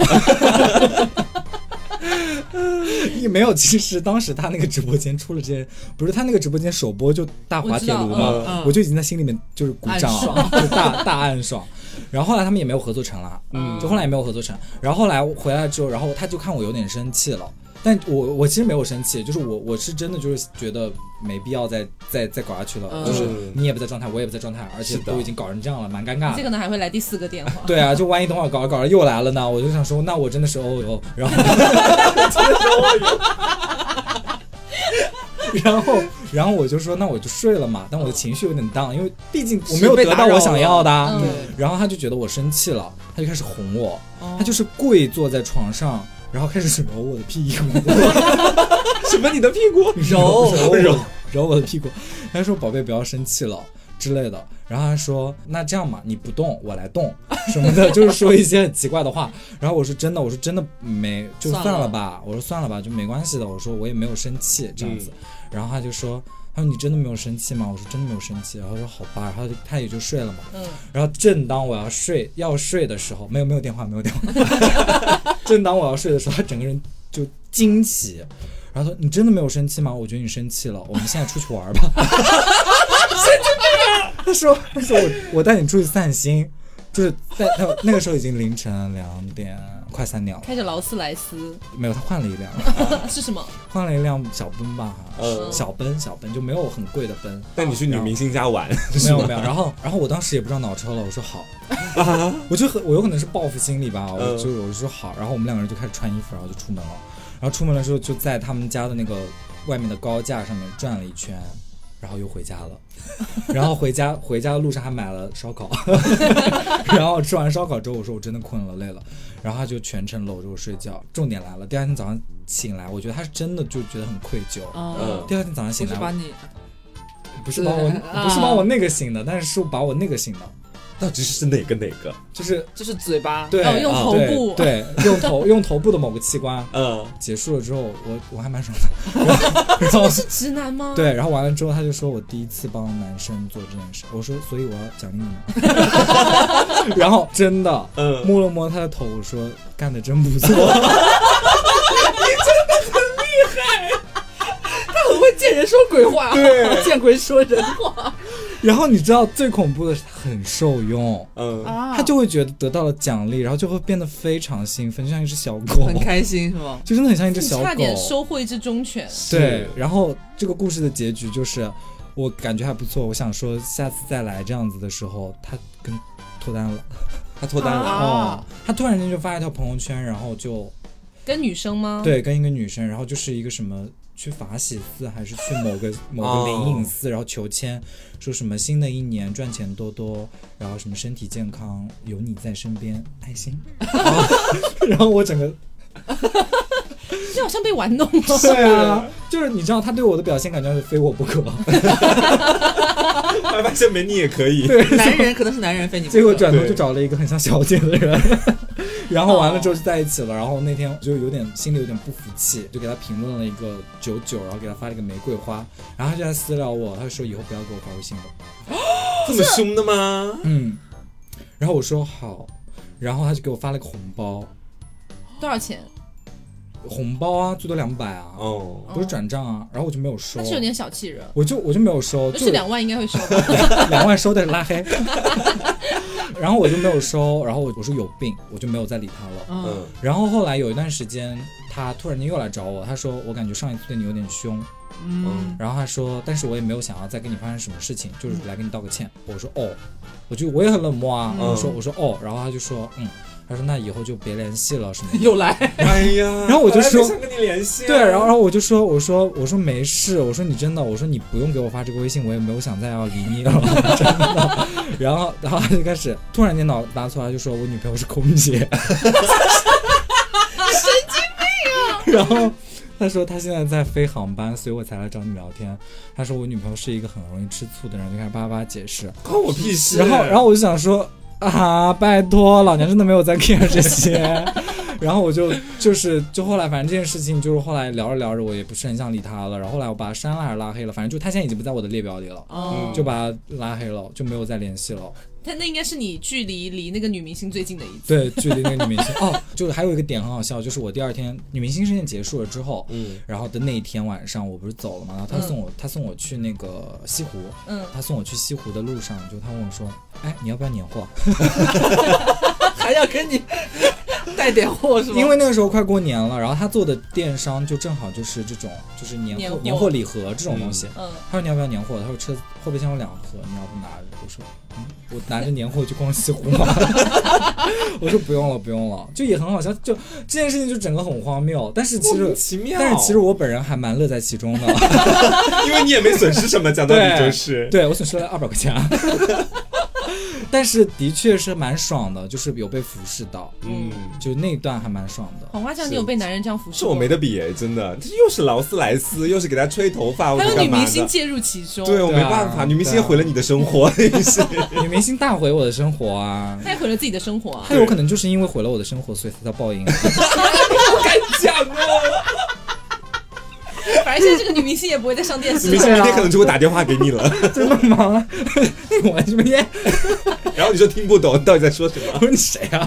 也没有，其实当时他那个直播间出了这些，不是他那个直播间首播就大滑铁卢嘛，我, 嗯、我就已经在心里面就是鼓掌，就大大暗爽。然后后来他们也没有合作成了，嗯，就后来也没有合作成。然后后来回来之后，然后他就看我有点生气了。但我我其实没有生气，就是我我是真的就是觉得没必要再再再搞下去了，嗯、就是你也不在状态，我也不在状态，而且都已经搞成这样了，蛮尴尬的。 这个呢还会来第四个电话。 对啊，就万一等会儿搞着搞着又来了呢，我就想说，那我真的是哦哟，然后，然后然后我就说，那我就睡了嘛，但我的情绪有点荡，因为毕竟我没有得到我想要的。嗯、然后他就觉得我生气了，他就开始哄我，哦、他就是跪坐在床上。然后开始揉我的屁股， 什么你的屁股？ 揉揉揉揉我的屁股。他说：“宝贝，不要生气了之类的。”然后他说：“那这样嘛，你不动，我来动什么的，就是说一些很奇怪的话。”然后我说：“真的，我说真的没，就算了吧。”我说：“算了吧，就没关系的。”我说：“我也没有生气这样子。嗯”然后他就说。他说你真的没有生气吗？我说真的没有生气。然后说好吧，然后他也就睡了嘛。嗯。然后正当我要睡要睡的时候，没有没有电话没有电话。正当我要睡的时候，他整个人就惊起，然后说你真的没有生气吗？我觉得你生气了，我们现在出去玩吧。他说他说我我带你出去散心，就是在那那个时候已经凌晨两点。快三点了， 开着劳斯莱斯， 没有，他换了一辆， 是什么？ 换了一辆小奔吧， 嗯， 小奔小奔就没有很贵的奔。 但你去女明星家玩， 没有没有，然后然后我当时也不知道脑抽了，我说好，啊、我就很我有可能是报复心理吧，我就我就说好，然后我们两个人就开始穿衣服，然后就出门了，然后出门的时候就在他们家的那个外面的高架上面转了一圈。然后又回家了，然后回家回家的路上还买了烧烤，然后吃完烧烤之后，我说我真的困了累了，然后他就全程搂着我睡觉。重点来了，第二天早上醒来，我觉得他是真的就觉得很愧疚。嗯，第二天早上醒来， 不是把你， 不是把我，不是把我那个醒的，但是是把我那个醒的。 到底是哪个哪个？ 就是就是嘴巴， 对， 哦、用头部， 对，对用头用头部的某个器官。 嗯， 结束了之后，我我还蛮爽的。然后是直男吗？ 对，然后完了之后，他就说我第一次帮男生做这件事。我说，所以我要奖励你吗？然后真的，嗯，摸了摸他的头，我说干得真不错。你真的很厉害，他很会见人说鬼话， 对， 见鬼说人话。 然后你知道最恐怖的是他很受用，嗯，他就会觉得得到了奖励，然后就会变得非常兴奋，就像一只小狗， 很开心是吗？ 就真的很像一只小狗， 差点收获一只忠犬。 对，然后这个故事的结局就是我感觉还不错，我想说下次再来这样子的时候，他跟脱单了， 他脱单了， 啊、哦，他突然间就发一条朋友圈，然后就跟女生吗？ 对，跟一个女生，然后就是一个什么。去法喜寺还是去某个某个灵隐寺，然后求签，说什么新的一年赚钱多多，然后什么身体健康，有你在身边，爱心。然后我整个， 就好像被玩弄了。 对啊，就是你知道他对我的表现，感觉是非我不可。 我发现没你也可以。 对，男人可能是男人非你不可。 结果转头就找了一个很像小姐的人。然后完了之后就在一起了，然后那天就有点心里有点不服气，就给他评论了一个九九，然后给他发了一个玫瑰花，然后他就在私聊我，他就说以后不要给我发微信了。 这么凶的吗？ 嗯，然后我说好，然后他就给我发了个红包， 多少钱？ 红包啊，最多两百啊， 哦， 都是转账啊，然后我就没有收， 那是有点小气人。 我就我就没有收， 就是两万应该会收吧， 两万收的是拉黑，然后我就没有收，然后我我说有病，我就没有再理他了。 嗯， 然后后来有一段时间，他突然间又来找我，他说我感觉上一次对你有点凶， 嗯， 然后他说，但是我也没有想要再跟你发生什么事情，就是来跟你道个歉。我说哦，我就我也很冷漠啊， 嗯、 我说我说哦，然后他就说嗯。他说那以后就别联系了什么的。 又来， 哎呀， 然后我就说想跟你联系、啊。 对，然后然后我就说我说我说没事，我说你真的，我说你不用给我发这个微信，我也没有想再要理你了，真的。然后然后他就开始突然间脑拿出来就说我女朋友是空姐，神经病啊！ 然后他说他现在在飞航班，所以我才来找你聊天。他说我女朋友是一个很容易吃醋的人，就开始叭叭解释， 关我屁事。 然后然后我就想说。啊，拜托，老娘真的没有在 care 这些。然后我就就是就后来反正这件事情就是后来聊着聊着我也不是很想理他了，然后后来我把他删了还是拉黑了，反正就他现在已经不在我的列表里了， 哦、 就把他拉黑了，就没有再联系了。 他那应该是你距离离那个女明星最近的一次。 对，距离那个女明星哦，就是还有一个点很好笑，就是我第二天女明星事件结束了之后，嗯，然后的那一天晚上我不是走了嘛，然后他送我、嗯、他送我去那个西湖，嗯，他送我去西湖的路上，就他问我说，哎，你要不要年货？ 还要跟你带点货是吗？ 因为那个时候快过年了，然后他做的电商就正好就是这种就是年货年货礼盒这种东西，嗯，他说你要不要年货？他说车后备箱有两盒，你要不拿着？我说嗯，我拿着年货去逛西湖嘛。我说不用了不用了，就也很好笑，就这件事情就整个很荒谬，但是其实奇妙， 但是其实我本人还蛮乐在其中的， 因为你也没损失什么，讲道理就是对, 对我损失了二百块钱。但是的确是蛮爽的，就是有被服侍到，嗯，就那一段还蛮爽的。 黄瓜酱，你有被男人这样服侍？ 是我没得比哎，真的，又是劳斯莱斯，又是给他吹头发， 还有女明星介入其中， 对我没办法，女明星也毁了你的生活， 女明星大毁我的生活啊， 她也毁了自己的生活啊， 她有可能就是因为毁了我的生活，所以才遭报应。 不敢讲哦。 反正现在这个女明星也不会再上电视了， 女明星明天可能就会打电话给你了。 真的吗？我什么耶？ 然后你说听不懂，到底在说什么？ 我说你谁啊？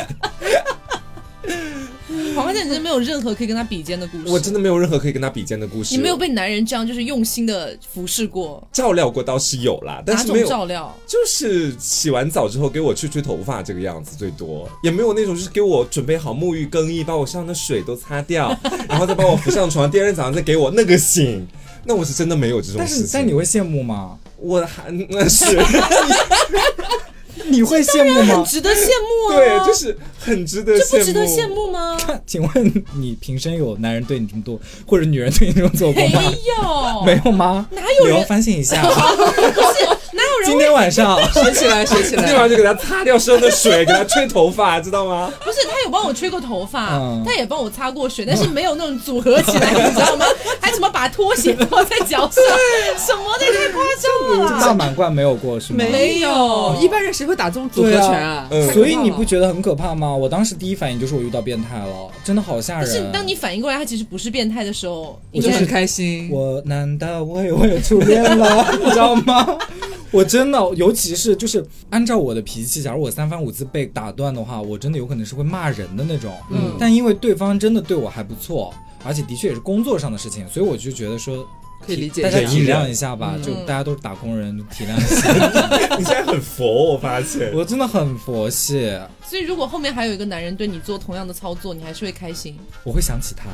黄瓜酱，你真的没有任何可以跟他比肩的故事。 我真的没有任何可以跟他比肩的故事。 你没有被男人这样就是用心的服侍过？ 照料过倒是有啦，但是没有哪种照料？ 就是洗完澡之后给我吹吹头发这个样子最多，也没有那种就是给我准备好沐浴更衣，把我身上的水都擦掉，然后再把我扶上床，第二天早上再给我那个醒。那我是真的没有这种事情。但是但你会羡慕吗？ 我还那是。 你会羡慕吗？ 很值得羡慕啊！ 对，就是很值得羡慕。 这不值得羡慕吗？ 请问你平生有男人对你这么多，或者女人对你这么做过吗？ 没有， 没有吗？ 哪有人？ 你要反省一下。 不是，哪有人？ 今天晚上学起来，学起来。 今天晚上就给他擦掉身上的水，给他吹头发，知道吗？ 不是，他有帮我吹过头发，嗯、他也帮我擦过水，但是没有那种组合起来，你知道吗？还怎么把拖鞋放在脚上？什么的，太夸张了啦！ 大满贯没有过是吗？ 没有，一般人谁会打这种组合拳啊？ 嗯、 所以你不觉得很可怕吗？我当时第一反应就是我遇到变态了，真的好吓人。 但是当你反应过来他其实不是变态的时候， 我就很开心。 我难道我也我也初恋了，你知道吗？我真的，尤其是就是按照我的脾气，假如我三番五次被打断的话，我真的有可能是会骂人的那种。嗯，但因为对方真的对我还不错，而且的确也是工作上的事情，所以我就觉得说可以理解， 大家体谅一下吧，嗯、就大家都是打工人，体谅一下。你现在很佛，我发现我真的很佛系。 所以如果后面还有一个男人对你做同样的操作，你还是会开心？ 我会想起他。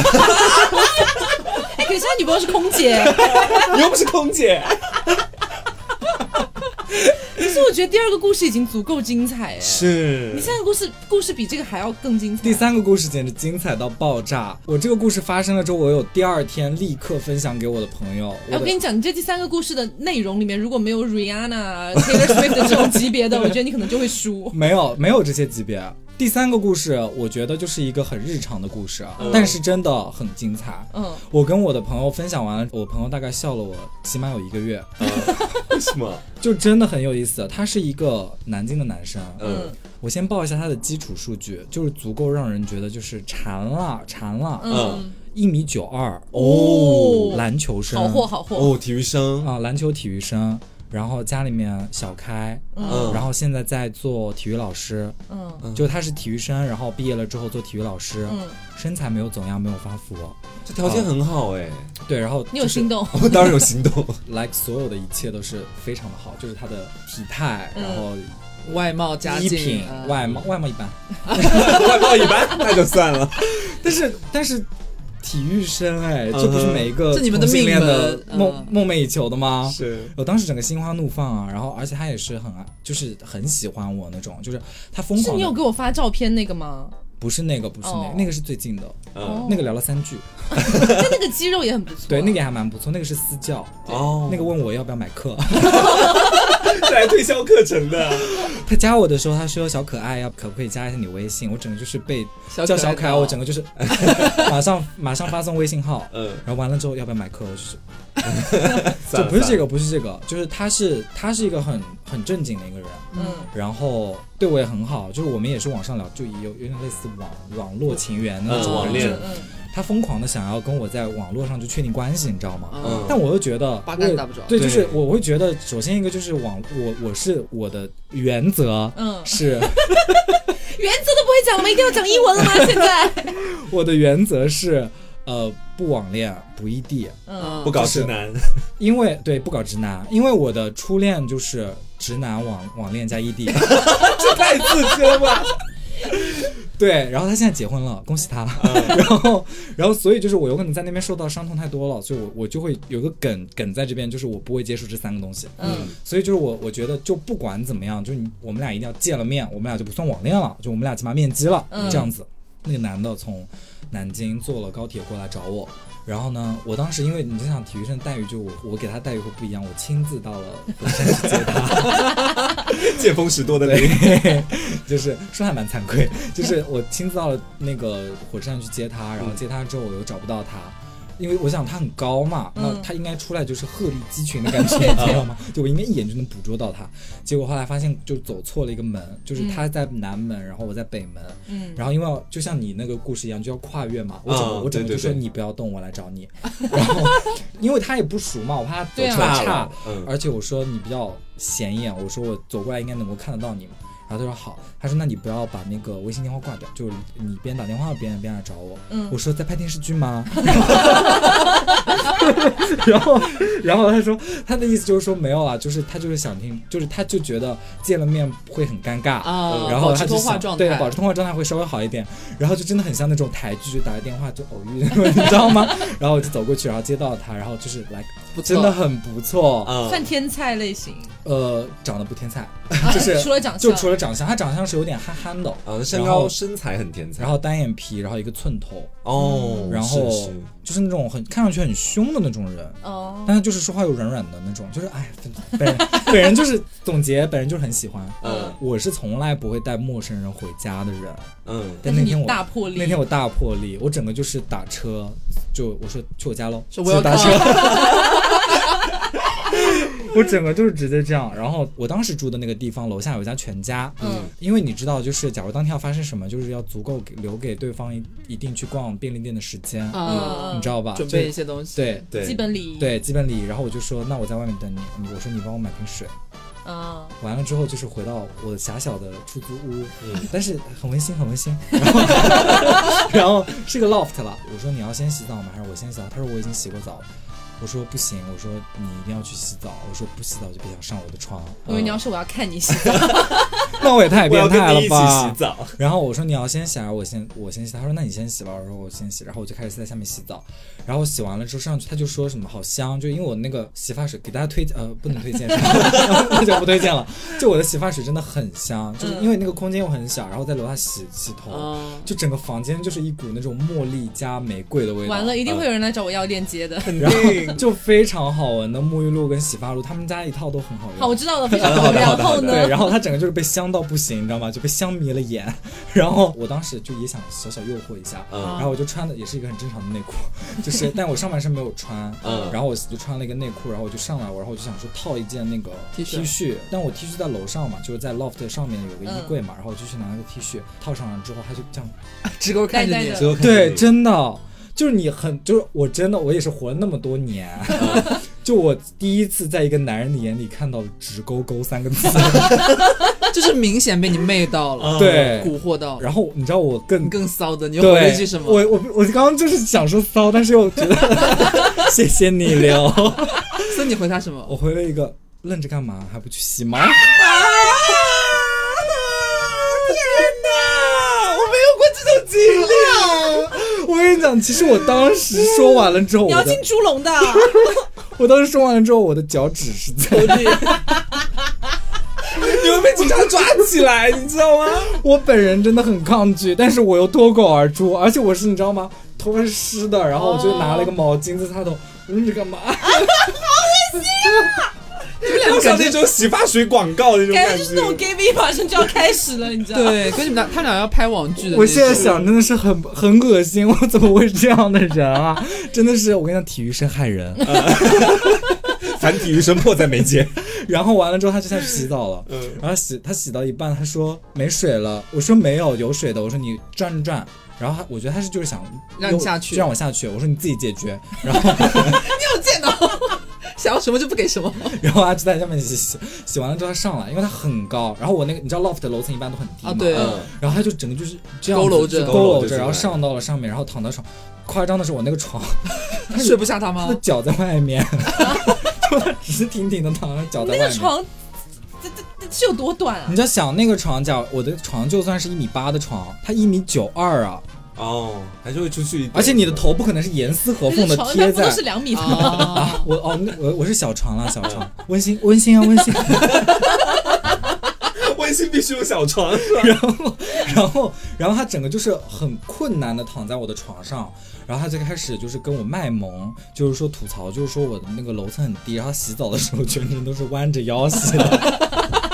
哎，可是他女朋友是空姐， 你又不是空姐。 可是我觉得第二个故事已经足够精彩哎， 是你三个故事故事比这个还要更精彩。 第三个故事简直精彩到爆炸！我这个故事发生了之后，我有第二天立刻分享给我的朋友。 哎，我跟你讲，你这第三个故事的内容里面，如果没有 Rihanna、Taylor Swift 的这种级别的，我觉得你可能就会输。 没有，没有这些级别。第三个故事，我觉得就是一个很日常的故事，嗯、但是真的很精彩。嗯，我跟我的朋友分享完了，我朋友大概笑了我起码有一个月。 嗯、为什么？ 就真的很有意思。他是一个南京的男生。 嗯， 我先报一下他的基础数据，就是足够让人觉得就是馋了，馋了。 嗯。 一米九二哦， 篮球生， 好货好货哦，体育生啊，篮球体育生。 然后家里面小开， 嗯， 然后现在在做体育老师， 嗯， 就他是体育生，然后毕业了之后做体育老师， 嗯， 身材没有走样，没有发福， 这条件很好哎、 对，然后、就是、 你有心动？ 我当然有心动 ，like 所有的一切都是非常的好，就是他的体态， 嗯、 然后外貌家衣境、 品、 呃、 外貌外貌一般， 外貌一般那就算了， 但是但是。体育生哎，这不是每一个是你们的命的梦梦寐以求的吗？ 是我当时整个心花怒放啊，然后而且他也是很爱，就是很喜欢我那种，就是他疯狂的。 是你有给我发照片那个吗？ 不是那个，不是那个， oh. 那个是最近的， 哦、 那个聊了三句， 但那个肌肉也很不错， 对，那个也还蛮不错，那个是私教哦， 那个问我要不要买课， 是来推销课程的。 他加我的时候，他说小可爱要可不可以加一下你微信？我整个就是被叫小可爱，我整个就是马上马上发送微信号，嗯，然后完了之后要不要买课？我就是就不是这个，不是这个，就是他是他是一个很很正经的一个人， 嗯， 然后对我也很好，就是我们也是网上聊，就有有点类似网网络情缘的那种网恋。 他疯狂的想要跟我在网络上就确定关系，你知道吗？ 嗯， 但我又觉得八竿打不着。 对，就是我会觉得，首先一个就是网，我我是我的原则，嗯，是原则都不会讲了吗？一定要讲英文了吗？现在我的原则是，呃，不网恋，不异地， 嗯，不搞直男， 因为对不搞直男，因为我的初恋就是直男网网恋加异地， 这太刺激了吧！ 对，然后他现在结婚了，恭喜他。嗯、然后，然后，所以就是我有可能在那边受到伤痛太多了，所以我我就会有个梗梗在这边，就是我不会接受这三个东西。嗯，所以就是我我觉得就不管怎么样，就你我们俩一定要见了面，我们俩就不算网恋了，就我们俩起码面基了，嗯、这样子。那个男的从南京坐了高铁过来找我。然后呢，我当时因为你就想体育生待遇，就我我给他待遇会不一样，我亲自到了火车站去接他， 见风使舵的人， 就是说还蛮惭愧，就是我亲自到了那个火车站去接他，然后接他之后我又找不到他。因为我想他很高嘛，那他应该出来就是鹤立鸡群的感觉，你知道吗？就我应该一眼就能捕捉到他。结果后来发现就走错了一个门，就是他在南门，然后我在北门。嗯，然后因为就像你那个故事一样，就要跨越嘛。我整个、嗯、我整个就说你不要动，我来找你。然后因为他也不熟嘛，我怕他走出来差，嗯、而且我说你比较显眼，我说我走过来应该能够看得到你嘛。然后他说好，他说那你不要把那个微信电话挂掉，就是你边打电话边边来找我。嗯，我说在拍电视剧吗？然后然后他说他的意思就是说没有啊，就是他就是想听，就是他就觉得见了面会很尴尬啊，然后他就想对保持通话状态会稍微好一点，然后就真的很像那种台剧，就打个电话就偶遇，你知道吗？然后我就走过去，然后接到他，然后就是来真的很不错， 嗯、算天菜类型。 呃，长得不天菜，就是除了长相， 就除了长相，他长相是有点憨憨的， 啊，身高身材很天才， 然后单眼皮，然后一个寸头， 哦， 然后是是就是那种很看上去很凶的那种人，哦，但是就是说话又软软的那种，就是哎，本人本人就是总结，本人就是很喜欢，嗯，我是从来不会带陌生人回家的人，嗯，但那天我大魄力， 那天我大魄力，我整个就是打车，就我说去我家喽， 我要打车。我整个就是直接这样，然后我当时住的那个地方楼下有一家全家，嗯，因为你知道，就是假如当天要发生什么，就是要足够给留给对方一一定去逛便利店的时间，嗯，你知道吧？ 准备一些东西， 对对， 基本礼仪， 对基本礼仪。然后我就说，那我在外面等你，我说你帮我买瓶水。啊、uh ，完了之后就是回到我的狭小的出租屋，嗯，但是很温馨，很温馨。然后，然后是个 loft 了。我说你要先洗澡吗？还是我先洗澡？他说我已经洗过澡了。我说不行，我说你一定要去洗澡，我说不洗澡就别想上我的床。 我以为你要说我要看你洗澡， 那我也太变态了吧！ 我要跟你一起洗澡。 然后我说你要先洗还是我先我先洗？他说那你先洗吧。我说我先洗，然后我就开始在下面洗澡。然后洗完了之后上去，他就说什么好香，就因为我那个洗发水给大家推荐，呃，不能推荐，那就不推荐了。就我的洗发水真的很香，就是因为那个空间又很小，然后在楼下洗洗头，嗯、就整个房间就是一股那种茉莉加玫瑰的味道。 完了，一定会有人来找我要链接的。 嗯、然后就非常好闻的沐浴露跟洗发露，他们家一套都很好用。 好，我知道了，非常好。然后呢？ 对，然后他整个就是被香到不行，你知道吗？就被香迷了眼。然后我当时就也想小小诱惑一下，嗯、然后我就穿的也是一个很正常的内裤，就是但我上半身没有穿，嗯、然后我就穿了一个内裤，然后我就上来，然后我就想说套一件那个 T 恤，但我 T 恤在楼上嘛，就是在 loft 上面有个衣柜嘛，嗯、然后我就去拿那个 T 恤套上了之后，他就这样直勾看着你， 对，真的。就是你很，就是我真的，我也是活了那么多年， 就我第一次在一个男人的眼里看到了直勾勾三个字， 就是明显被你媚到了， 对， 蛊惑到。 然后你知道我更你更骚的，你又回了一句什么？ 我我我刚刚就是想说骚，但是又觉得谢谢你刘， 所以你回他什么？ 我回了一个愣着干嘛，还不去洗吗？ 啊！天哪，我没有过这种经历。 我跟你讲，其实我当时说完了之后， 你要进猪笼的。 我当时说完了之后，我的脚趾是在地。 你们被警察抓起来，你知道吗？ 我本人真的很抗拒，但是我又脱口而出，而且我是你知道吗？头发是湿的，然后我就拿了一个毛巾在擦头，我说你干嘛？ 好恶心啊！ 就像那种洗发水广告那种感觉， 感觉就是那种 gay V 马上就要开始了，你知道吗？ 对，跟你们俩他们俩要拍网剧的。 我现在想真的是很很恶心，我怎么会是这样的人啊？真的是，我跟你讲，体育生害人， 凡体育生迫在眉睫。 然后完了之后，他就下去洗澡了， 嗯， 然后洗他洗到一半，他说没水了，我说没有，有水的，我说你转转。然后他，我觉得他是就是想让你下去， 就让我下去。我说你自己解决。然后你有见到，想要什么就不给什么。 然后他就在下面洗洗，洗完了之后他上来，因为他很高。然后我那个你知道 loft 的楼层一般都很低嘛， 啊对。 嗯、然后他就整个就是这样佝偻着， 佝偻着，然后上到了上面，然后躺到床。夸张的是我那个床， 他睡不下他吗？ 他的脚在外面，就他直挺挺的躺着，脚在外面。 那个床。这这这是有多短啊？ 你就想那个床脚，我的床就算是一米八的床，它一米九二啊。 哦，还是会出去一点。 而且你的头不可能是严丝合缝的贴在。 床都是两米的啊！我哦，我我是小床啦，小床，温馨温馨啊，温馨。 温馨必须有小床。 然后，然后，然后他整个就是很困难的躺在我的床上。然后他就开始就是跟我卖萌，就是说吐槽，就是说我的那个楼层很低，然后洗澡的时候全程都是弯着腰洗的。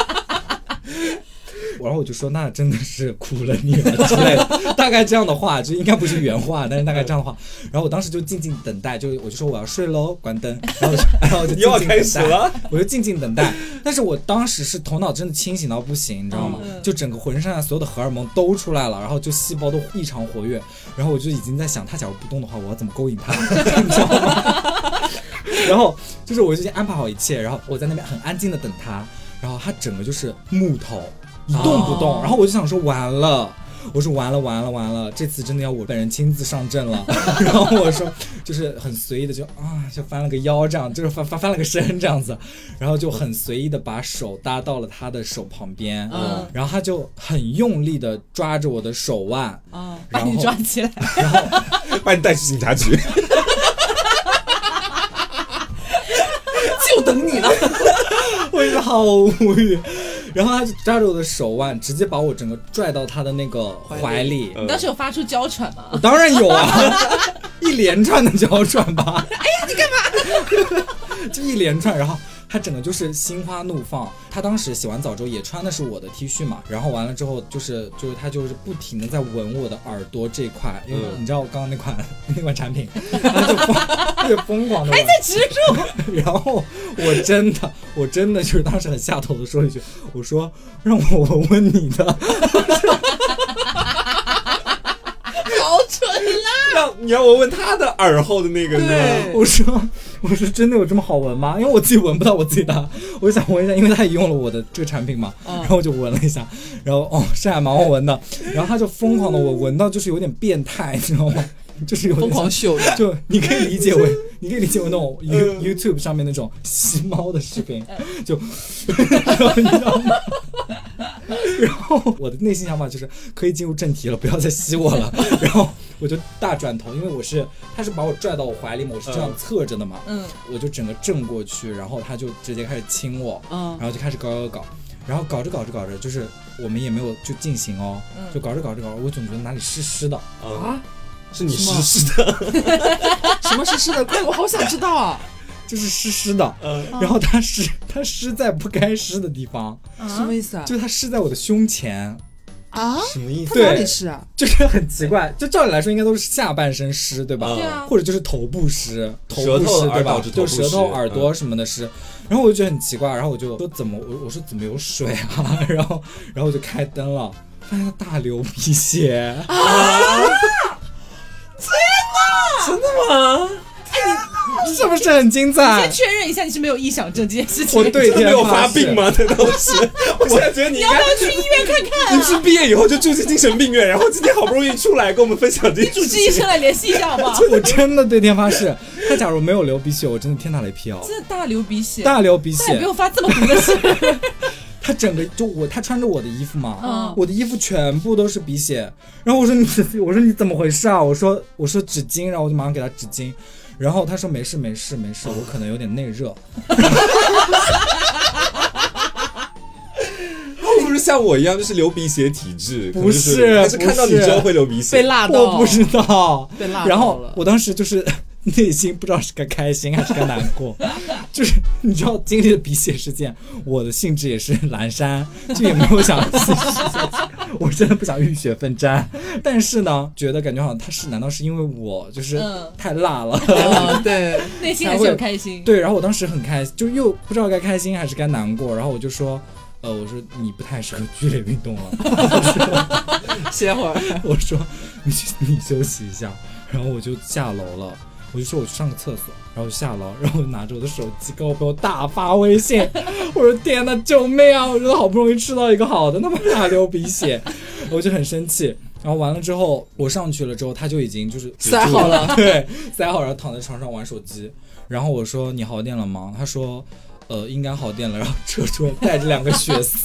然后我就说那真的是苦了你了之类的，大概这样的话，就应该不是原话，但是大概这样的话。然后我当时就静静等待，就我就说我要睡喽，关灯，然后然后就静静开始了， 我就静静等待。但是我当时是头脑真的清醒到不行，你知道吗？嗯、就整个浑身上所有的荷尔蒙都出来了，然后就细胞都异常活跃，然后我就已经在想，他假如不动的话，我要怎么勾引他，你知道吗？然后就是我就已经安排好一切，然后我在那边很安静的等他，然后他整个就是木头。一动不动，然后我就想说完了，我说完了完了完了，这次真的要我本人亲自上阵了。然后我说就是很随意的就啊就翻了个腰这样，就是翻翻翻了个身这样子，然后就很随意的把手搭到了他的手旁边，嗯，然后他就很用力的抓着我的手腕， 嗯，把你抓起来， 然后把你带去警察局， 就等你了。 我是好无语。然后他就抓着我的手腕，直接把我整个拽到他的那个怀里。 你当时有发出娇喘吗？ 我当然有啊，一连串的娇喘吧。 哎呀，你干嘛？ 就一连串，然后他整个就是心花怒放。他当时洗完澡之后也穿的是我的 T 恤嘛，然后完了之后就是就是他就是不停的在闻我的耳朵这块，因为你知道我刚刚那款那款产品，他就疯特别疯狂的还在植入。 然后我真的我真的就是当时很下头的说了一句，我说让我闻闻你的。 好蠢啦！ 让你要闻闻他的耳后的那个， 对，我说我说真的有这么好闻吗？因为我自己闻不到我自己的，我就想闻一下，因为他也用了我的这个产品嘛，嗯、然后我就闻了一下，然后哦是还蛮好闻的，然后他就疯狂的我闻到就是有点变态，你知道吗？就是有疯狂秀的， 就你可以理解为，你可以理解为那种 You YouTube 上面那种吸猫的视频，就你知道吗？然后我的内心想法就是可以进入正题了，不要再吸我了。然后我就大转头，因为我是他是把我拽到我怀里嘛，我是这样侧着的嘛，嗯，我就整个正过去，然后他就直接开始亲我，嗯，然后就开始搞搞搞。然后搞着搞着搞着，就是我们也没有就进行哦，就搞着搞着搞着，我总觉得哪里湿湿的啊。是你湿湿的， 什么湿湿的？我好想知道啊！ 就是湿湿的，嗯，然后它湿，它湿在不该湿的地方， 啊、什么意思啊？ 就是它湿在我的胸前啊？ 什么意思？ 它哪里湿啊？ 就是很奇怪，就照理来说应该都是下半身湿，对吧？ 对啊， 或者就是头部湿，头部湿对吧？就舌头、耳朵什么的湿。然后我就觉得很奇怪，然后我就说怎么我我说怎么有水啊？然后然后我就开灯了，发现它大流鼻血啊！ 天哪！ 真的吗？ 哎，你是不是很精彩？ 先确认一下你是没有臆想症这件事情。 我对天没有发病吗？难道是？我现在觉得你你要不要去医院看看、啊？ 你是毕业以后就住进精神病院，然后今天好不容易出来跟我们分享这件事情。 主治医生来联系一下好不好？ 我真的对天发誓，他假如没有流鼻血，我真的天打雷劈哦！ 真的大流鼻血， 大流鼻血， 他也没有发这么毒的事。 他整个就我，他穿着我的衣服嘛， 嗯、 我的衣服全部都是鼻血。然后我说你，我说你怎么回事啊？我说我说纸巾，然后我就马上给他纸巾。然后他说没事没事没事，我可能有点内热。 他不是像我一样就是流鼻血体质， 不是，还是看到你之后会流鼻血， 被辣到， 我不知道， 被辣到了。 然后我当时就是内心不知道是该开心还是该难过，就是你知道经历了鼻血事件，我的兴致也是阑珊，就也没有想继续下去。我真的不想浴血奋战，但是呢，觉得感觉好像他是难道是因为我就是太辣了？ 嗯、对， 内心还是有开心。 对，然后我当时很开心，就又不知道该开心还是该难过，然后我就说。呃，我说你不太适合剧烈运动了， 歇会儿。 我说你去你休息一下，然后我就下楼了，我就说我去上个厕所，然后下楼，然后我拿着我的手机给我朋友大发微信，我说天哪，救命啊！我觉得好不容易吃到一个好的，他妈大流鼻血，我就很生气。然后完了之后，我上去了之后，他就已经就是塞好了， 对，塞好，然后躺在床上玩手机。然后我说你好点了吗？他说。呃，应该好点了，然后车桌带着两个血丝，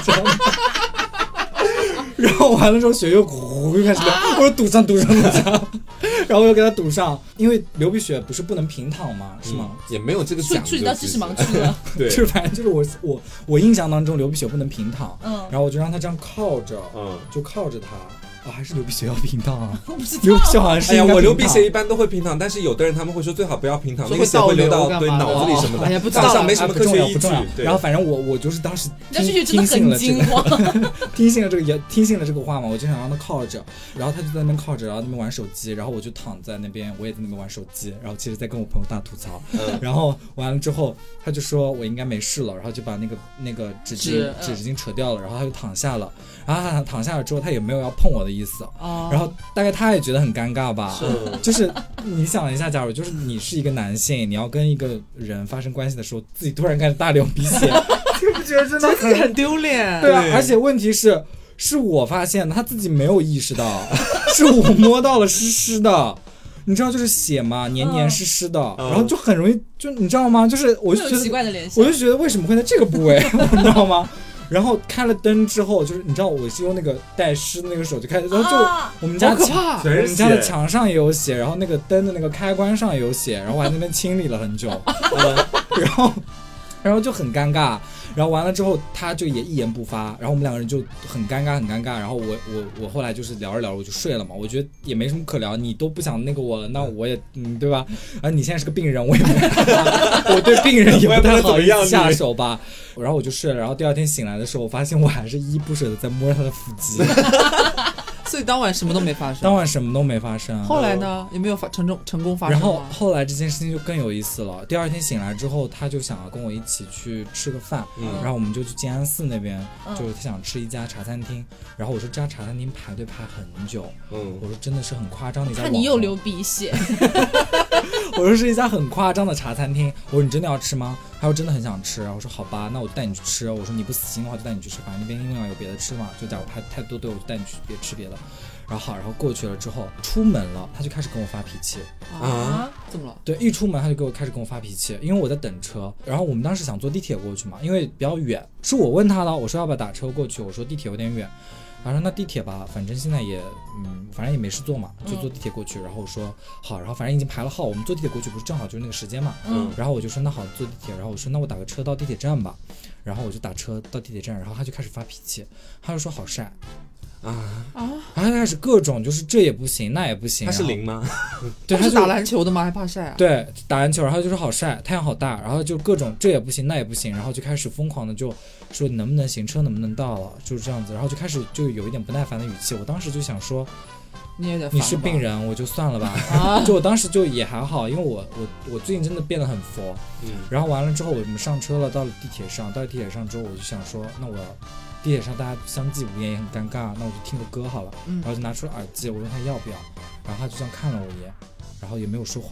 然后完了之后血又呼又开始流，我说堵上堵上堵上，然后我又给他堵上，因为流鼻血不是不能平躺吗？是吗？ 嗯、也没有这个讲究， 触及到知识盲区了。 对， 就是反正就是我我我印象当中流鼻血不能平躺， 嗯， 然后我就让他这样靠着， 嗯， 就靠着他。哦，还是流鼻血要平躺啊？ 我不知道， 流鼻血好像是。 哎呀，我流鼻血一般都会平躺，但是有的人他们会说最好不要平躺，那个血会流到对脑子里什么的。 哎呀，不知道， 上没什么科学依据。 然后反正我我就是当时听听信了这个， 听信了这个听信了这个话嘛，我就想让他靠着，然后他就在那边靠着，然后那边玩手机，然后我就躺在那边，我也在那边玩手机，然后其实在跟我朋友大吐槽。然后完了之后，他就说我应该没事了，然后就把那个那个纸巾纸巾扯掉了，然后他就躺下了，然后他躺下了之后，他也没有要碰我的意思。 哦。 然后大概他也觉得很尴尬吧， 是就是你想一下，假如就是你是一个男性，你要跟一个人发生关系的时候，自己突然开始大流鼻血，你不觉得真的很很丢脸？ 对啊，而且问题是，是我发现他自己没有意识到，是我摸到了湿湿的。你知道就是血嘛，黏黏湿湿的，嗯、然后就很容易，就你知道吗？就是我就觉得奇怪的联想， 我就觉得为什么会在这个部位，你知道吗？然后开了灯之后，就是你知道我是用那个带湿的那个手就开始，然后就我们家墙，我们家的墙上也有血，然后那个灯的那个开关上也有血，然后我还在那边清理了很久，嗯、然后然后就很尴尬。然后完了之后，他就也一言不发，然后我们两个人就很尴尬，很尴尬。然后我我我后来就是聊着聊着我就睡了嘛，我觉得也没什么可聊，你都不想那个我了，那我也嗯对吧？而你现在是个病人，我也没，我对病人也不太好意思下手吧。然后我就睡了，然后第二天醒来的时候，我发现我还是依依不舍的在摸他的腹肌。 所以当晚什么都没发生。 当晚什么都没发生。 后来呢？有没有发成功成功发生？ 然后后来这件事情就更有意思了。第二天醒来之后，他就想要跟我一起去吃个饭，嗯、然后我们就去静安寺那边，嗯、就是他想吃一家茶餐厅。然后我说这家茶餐厅排队排很久，嗯，我说真的是很夸张的一家。 看你又流鼻血。 我说是一家很夸张的茶餐厅。我说你真的要吃吗？他说真的很想吃。然后我说好吧，那我带你去吃。我说你不死心的话就带你去吃，反正那边因为有别的吃嘛，就假如排太多队我就带你去别吃别的。然后好，然后过去了之后出门了，他就开始跟我发脾气啊？怎么了？ 对，一出门他就给我开始跟我发脾气，因为我在等车，然后我们当时想坐地铁过去嘛，因为比较远，是我问他的，我说要不要打车过去，我说地铁有点远，他说那地铁吧，反正现在也嗯，反正也没事做嘛，就坐地铁过去。嗯、然后我说好，然后反正已经排了号，我们坐地铁过去不是正好就是那个时间嘛，嗯，然后我就说那好坐地铁，然后我说那我打个车到地铁站吧，然后我就打车到地铁站，然后他就开始发脾气，他就说好晒。啊啊！然后他开始各种就是这也不行那也不行。 他是零吗？ 对， 他是打篮球的吗？还怕晒啊？ 对，打篮球，然后就说好晒，太阳好大，然后就各种这也不行那也不行，然后就开始疯狂的就说你能不能行车能不能到了，就是这样子，然后就开始就有一点不耐烦的语气。我当时就想说， 你也得你是病人，我就算了吧。啊、就我当时就也还好，因为我我我最近真的变得很佛。嗯。然后完了之后，我们上车了，到了地铁上，到了地铁上之后，我就想说，那我。地铁上大家相继无言也很尴尬，那我就听个歌好了，嗯、然后就拿出了耳机，我问他要不要，然后他就这样看了我一眼，然后也没有说话，嗯、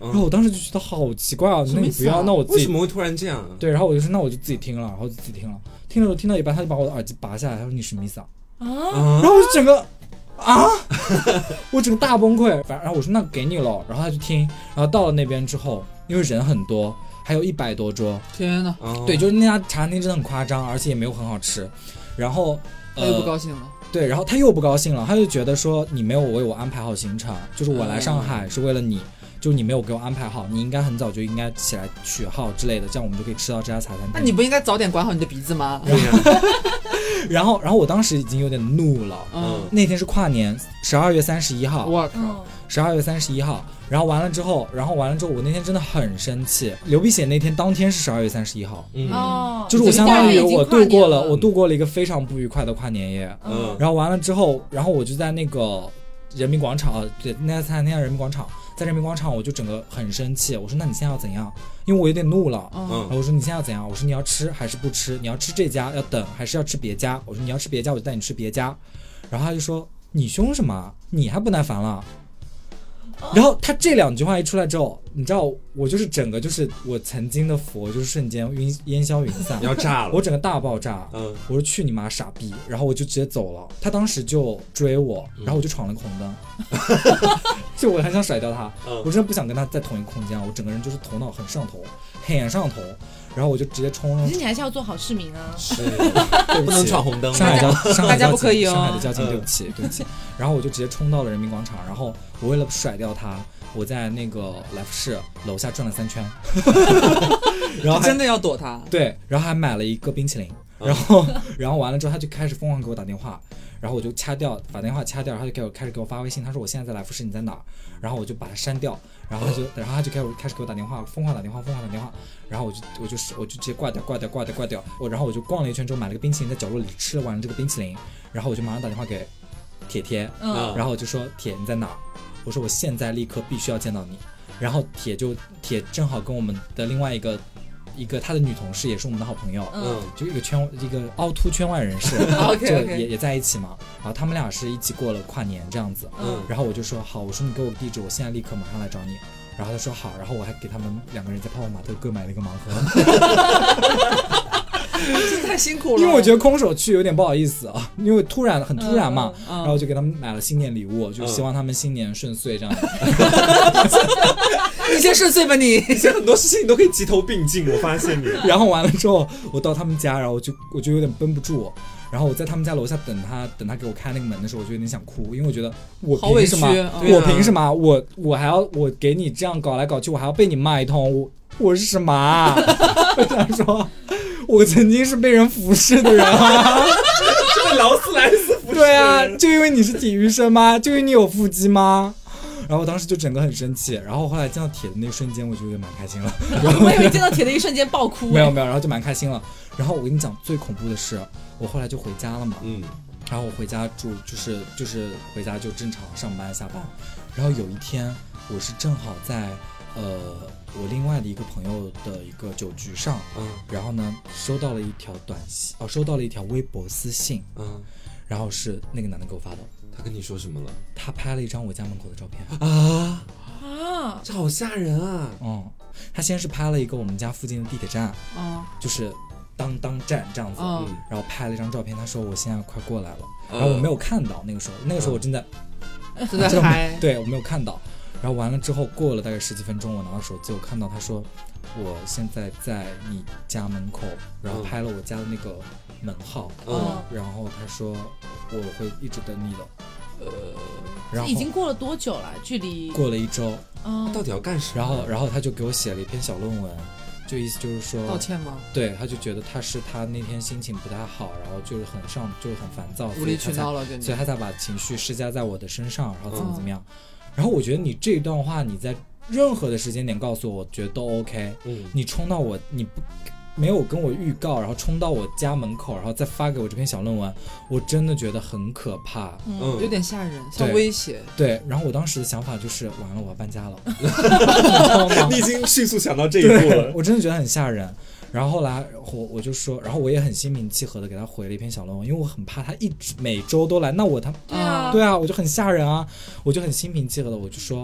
然后我当时就觉得好奇怪啊，那你不要，那我自己为什么会突然这样啊？ 对，然后我就说那我就自己听了，然后就自己听了，听了听到一半，他就把我的耳机拔下来，他说你什么意思啊？ 啊， 然后我就整个啊，我整个大崩溃。反然后我说那给你了，然后他就听，然后到了那边之后，因为人很多，还有一百多桌， 天哪！ 对，就是那家茶餐厅真的很夸张，而且也没有很好吃。然后他又不高兴了。 对，然后他又不高兴了，他就觉得说你没有为我安排好行程，就是我来上海是为了你，就你没有给我安排好，你应该很早就应该起来取号之类的，这样我们就可以吃到这家茶餐厅。 那你不应该早点管好你的鼻子吗？ 然后，然后我当时已经有点怒了。 嗯， 那天是跨年，十二月三十一号。 我靠， 十二月三十一号。然后完了之后，然后完了之后，我那天真的很生气。流鼻血那天当天是十二月三十一号。 嗯， 哦， 就是我相当于我度过了， 了我度过了一个非常不愉快的跨年夜。 嗯， 然后完了之后，然后我就在那个人民广场，啊，对，那家餐厅人民广场。在人民广场我就整个很生气，我说那你现在要怎样？因为我有点怒了。嗯，然后我说你现在要怎样？我说你要吃还是不吃？你要吃这家要等还是要吃别家？我说你要吃别家我就带你吃别家。然后他就说你凶什么？你还不耐烦了？然后他这两句话一出来之后，你知道我就是整个就是我曾经的佛就是瞬间晕烟消云散， 你要炸了， 我整个大爆炸。 嗯， 我说去你妈傻逼，然后我就直接走了。他当时就追我，然后我就闯了个红灯，就我很想甩掉他， 嗯， 我真的不想跟他在同一个空间，我整个人就是头脑很上头，很上头。然后我就直接冲了。 可是你还是要做好市民啊！ 是，不能闯红灯。 上海交，上海大家不可以哦。 上海的交警，对不起，对不起。然后我就直接冲到了人民广场，然后我为了甩掉他，我在那个来福士楼下转了三圈，然后真的要躲他。 对，然后还买了一个冰淇淋，然后然后完了之后他就开始疯狂给我打电话。然后我就掐掉，把电话掐掉，他就给我开始给我发微信，他说我现在在来福士，你在哪儿？然后我就把他删掉，然后他就，然后他就开始开始给我打电话，疯狂打电话，疯狂打电话，然后我就我就我就直接挂掉，挂掉，挂掉，挂掉。我然后我就逛了一圈之后，买了个冰淇淋，在角落里吃了完了这个冰淇淋，然后我就马上打电话给铁铁，嗯，然后我就说铁你在哪儿？我说我现在立刻必须要见到你。然后铁就铁正好跟我们的另外一个。一个他的女同事也是我们的好朋友，嗯，就一个圈一个凹凸圈外人士，就也也在一起嘛。然后他们俩是一起过了跨年这样子，嗯，然后我就说好，我说你给我个地址，我现在立刻马上来找你。然后他说好，然后我还给他们两个人在泡泡玛特各买了一个盲盒。 这太辛苦了， 因为我觉得空手去有点不好意思啊，因为突然很突然嘛，嗯嗯、然后就给他们买了新年礼物，就希望他们新年顺遂这样子。 你先顺遂吧你， 你现在很多事情你都可以齐头并进，我发现你。 然后完了之后，我到他们家，然后我就我就有点绷不住，然后我在他们家楼下等他，等他给我开那个门的时候，我就有点想哭，因为我觉得我凭什么，我凭什么，我我还要我给你这样搞来搞去，我还要被你骂一通，我我是什么啊？我想说。我曾经是被人服侍的人啊， 是被劳斯莱斯服侍。 对啊，就因为你是体育生吗？就因为你有腹肌吗？然后我当时就整个很生气，然后后来见到铁的那一瞬间，我就有点蛮开心了。 我以为见到铁的一瞬间爆哭。 没有没有，然后就蛮开心了。然后我跟你讲，最恐怖的是，我后来就回家了嘛。嗯。然后我回家住，就是就是回家就正常上班下班。然后有一天，我是正好在呃。我另外的一个朋友的一个酒局上，嗯，然后呢，收到了一条短信，哦，收到了一条微博私信，嗯，然后是那个男的给我发的， 他跟你说什么了？ 他拍了一张我家门口的照片啊啊，这好吓人啊！ 嗯，他先是拍了一个我们家附近的地铁站，嗯，就是当当站这样子，嗯，然后拍了一张照片，他说我现在快过来了，然后我没有看到，那个时候，那个时候我正在正在拍， 对我没有看到。然后完了之后，过了大概十几分钟，我拿到手机，我看到他说，我现在在你家门口，然后拍了我家的那个门号，嗯，然后他说我会一直等你的，呃，然后已经过了多久了？距离过了一周， 嗯，到底要干什么？ 然后，然后他就给我写了一篇小论文，就意思就是说道歉吗？ 对，他就觉得他是他那天心情不太好，然后就是很上，就是很烦躁， 无理取闹了， 所以他才把情绪施加在我的身上，然后怎么怎么样。嗯，然后我觉得你这段话你在任何的时间点告诉我，我觉得都 OK。嗯，你冲到我，你不没有跟我预告，然后冲到我家门口，然后再发给我这篇小论文，我真的觉得很可怕。 嗯，有点吓人，像威胁。 对，然后我当时的想法就是完了，我要搬家了。 你已经迅速想到这一步了， 我真的觉得很吓人。然后后来我我就说，然后我也很心平气和的给他回了一篇小论文，因为我很怕他一直每周都来，那我他对啊对啊，我就很吓人啊，我就很心平气和的我就说，我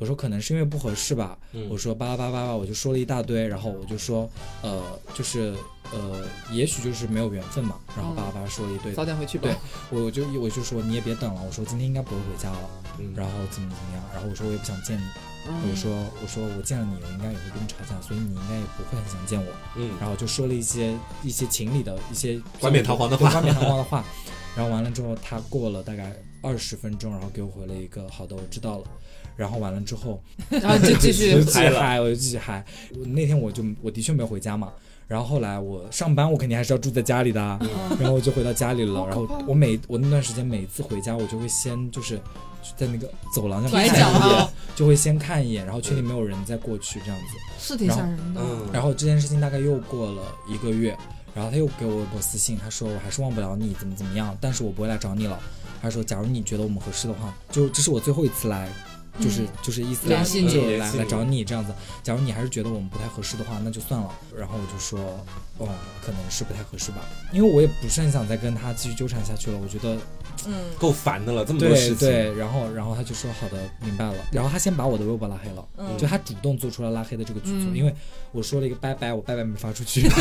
我说可能是因为不合适吧， 嗯、 我说巴拉巴拉巴拉，我就说了一大堆，然后我就说呃就是呃也许就是没有缘分嘛，然后巴拉巴拉说了一堆， 早点回去吧。 对，我就我就说你也别等了，我说今天应该不会回家了， 嗯、 然后怎么怎么样，然后我说我也不想见你。嗯、我说我说我见了你，我应该也会跟你吵架，所以你应该也不会很想见我。嗯，然后就说了一些一些情理的一些冠冕堂皇的话， 冠冕堂皇的话。然后完了之后，他过了大概二十分钟，然后给我回了一个好的，我知道了。然后完了之后， 然后就继续嗨嗨，我就继续嗨。那天我就我的确没有回家嘛。然后后来我上班，我肯定还是要住在家里的、啊，嗯、然后我就回到家里了。然后我每我那段时间每一次回家，我就会先就是在那个走廊上看一眼，就会先看一眼，然后确定没有人再过去这样子， 是挺吓人的。 然后, 然后这件事情大概又过了一个月，然后他又给我微博私信，他说我还是忘不了你，怎么怎么样，但是我不会来找你了。他说假如你觉得我们合适的话，就这是我最后一次来。就是、嗯、就是意思联系你， 就来来找你这样子。假如你还是觉得我们不太合适的话，那就算了。然后我就说，哦，可能是不太合适吧，因为我也不是很想再跟他继续纠缠下去了。我觉得， 嗯，够烦的了，这么多事情。 对对，然后然后他就说好的，明白了。然后他先把我的微博拉黑了，嗯、就他主动做出了拉黑的这个举措，嗯、因为我说了一个拜拜，我拜拜没发出去。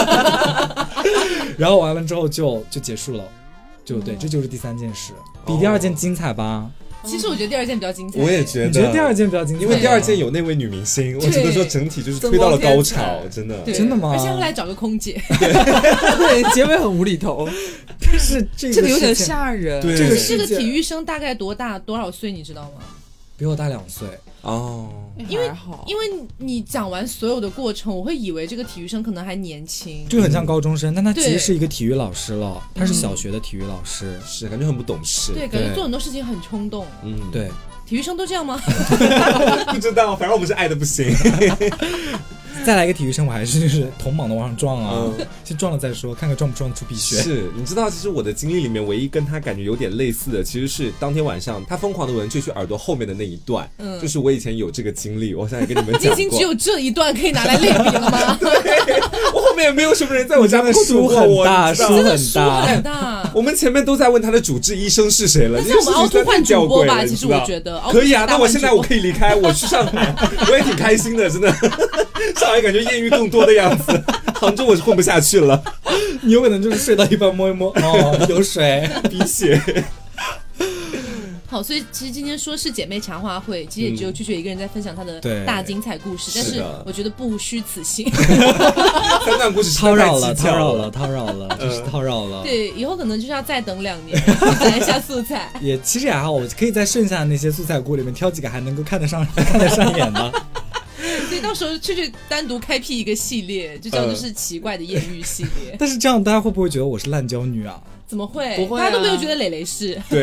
然后完了之后就就结束了，就对，这就是第三件事，比第二件精彩吧。 其实我觉得第二件比较精彩， 我也觉得， 你觉得第二件比较精彩， 因为第二件有那位女明星，我只能说整体就是推到了高潮，真的， 真的吗？ 而且后来找个空姐， 对，结尾很无厘头， 但是这个这个有点吓人。 对， 这个这个体育生大概多大多少岁，你知道吗？ 比我大两岁哦， 因为因为你讲完所有的过程，我会以为这个体育生可能还年轻， 就很像高中生，但他其实是一个体育老师了，他是小学的体育老师， 嗯、是感觉很不懂事， 对，感觉做很多事情很冲动， 嗯， 对， 体育生都这样吗？ 不知道，反正我们是爱的不行。 再来一个体育生，我还是就是捅猛的往上撞啊，嗯、先撞了再说，看看撞不撞得出鼻血。 是，你知道，其实我的经历里面，唯一跟他感觉有点类似的，其实是当天晚上他疯狂的闻雀雀耳朵后面的那一段，嗯，就是我以前有这个经历，我想也跟你们讲过。 你已经只有这一段可以拿来类比了吗？ 对，我后面也没有什么人在我家门口书很大，书很大， 很大。 我们前面都在问他的主治医生是谁了， 那是我们凹凸换主播吧？其实我觉得可以啊。那我现在我可以离开，我去上海，我也挺开心的，真的。上海感觉艳遇更多的样子，杭州我是混不下去了。 你有可能就是睡到一半摸一摸，哦，有水， 鼻血。 好，所以其实今天说是姐妹茶话会，其实也只有雀雀一个人在分享她的大精彩故事，但是我觉得不虚此行。 三段故事叨扰了，叨扰了，叨扰了，就是叨扰了。 对，以后可能就是要再等两年，攒一下素材。 也其实也还好，我可以在剩下的那些素材库里面挑几个还能够看得上、看得上眼的。 所以到时候雀雀单独开辟一个系列，就叫做是奇怪的艳遇系列。 但是这样大家会不会觉得我是烂娇女啊？ 怎么会？ 不会、啊， 大家都没有觉得蕾蕾是。 对。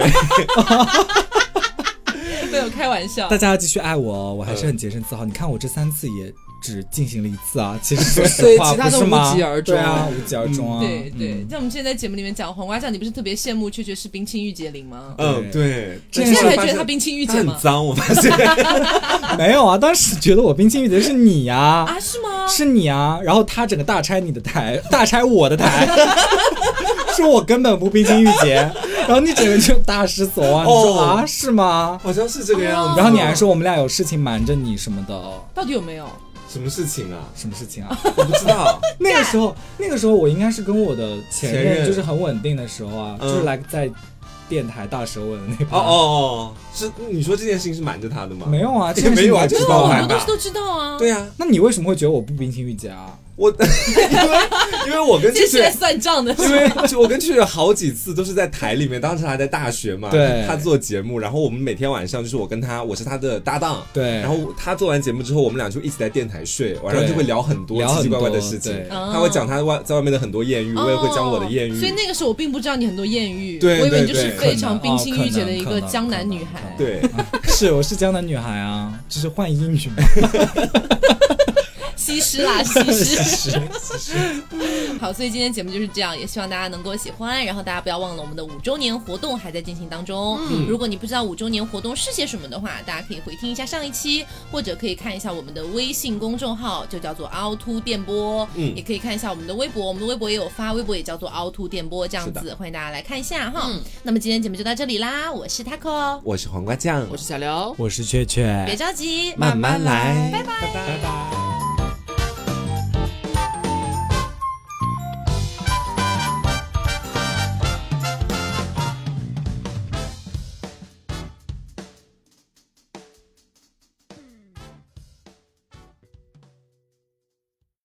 没有开玩笑。 大家要继续爱我哦，我还是很洁身自好。嗯、你看我这三次也只进行了一次啊，其实说实话， 其他都无疾而终。 对啊，无疾而终啊。 嗯、对对，像、嗯、我们之前在节目里面讲黄瓜酱，你不是特别羡慕雀雀是冰清玉洁灵吗？ 嗯，对。 你现在还觉得他冰清玉洁吗？ 很脏，我发现。 没有啊，当时觉得我冰清玉洁是你呀、啊。 啊，是吗？ 是你啊，然后他整个大拆你的台，大拆我的台，说我根本不冰清玉洁，然后你整个就大失所望。哦、你说啊，是吗？ 好像是这个样子。 然后你还说我们俩有事情瞒着你什么的， 到底有没有？ 什么事情啊？ 什么事情啊？ 我不知道。 那个时候，那个时候我应该是跟我的前任就是很稳定的时候啊，嗯、就是来在电台大舌吻的那个。 哦哦哦，是你说这件事情是瞒着他的吗？ 没有啊， 也没有啊，就是我很多东西都知道啊。 对啊， 那你为什么会觉得我不冰清玉洁啊？ 我因为因为我跟雀雀算账的， 因为我跟雀雀好几次都是在台里面，当时还在大学嘛， 对， 他做节目，然后我们每天晚上就是我跟他，我是他的搭档， 对， 然后他做完节目之后，我们俩就一起在电台睡，晚上就会聊很多奇奇怪怪的事情，他会讲他外在外面的很多艳遇，我也会讲我的艳遇， 所以那个时候我并不知道你很多艳遇， 对， 我以为你就是非常冰清玉洁的一个江南女孩， 对， 是我是江南女孩啊，就是换衣女嘛。 西施啦，西施。好，所以今天节目就是这样，也希望大家能够喜欢。然后大家不要忘了我们的五周年活动还在进行当中。嗯，如果你不知道五周年活动是些什么的话，大家可以回听一下上一期，或者可以看一下我们的微信公众号，就叫做凹凸电波。嗯，也可以看一下我们的微博，我们的微博也有发，微博也叫做凹凸电波，这样子欢迎大家来看一下哈。嗯，那么今天节目就到这里啦，我是 Taco， 我是黄瓜酱， 我是小刘， 我是雀雀， 别着急， 慢慢来， 拜拜， 拜拜。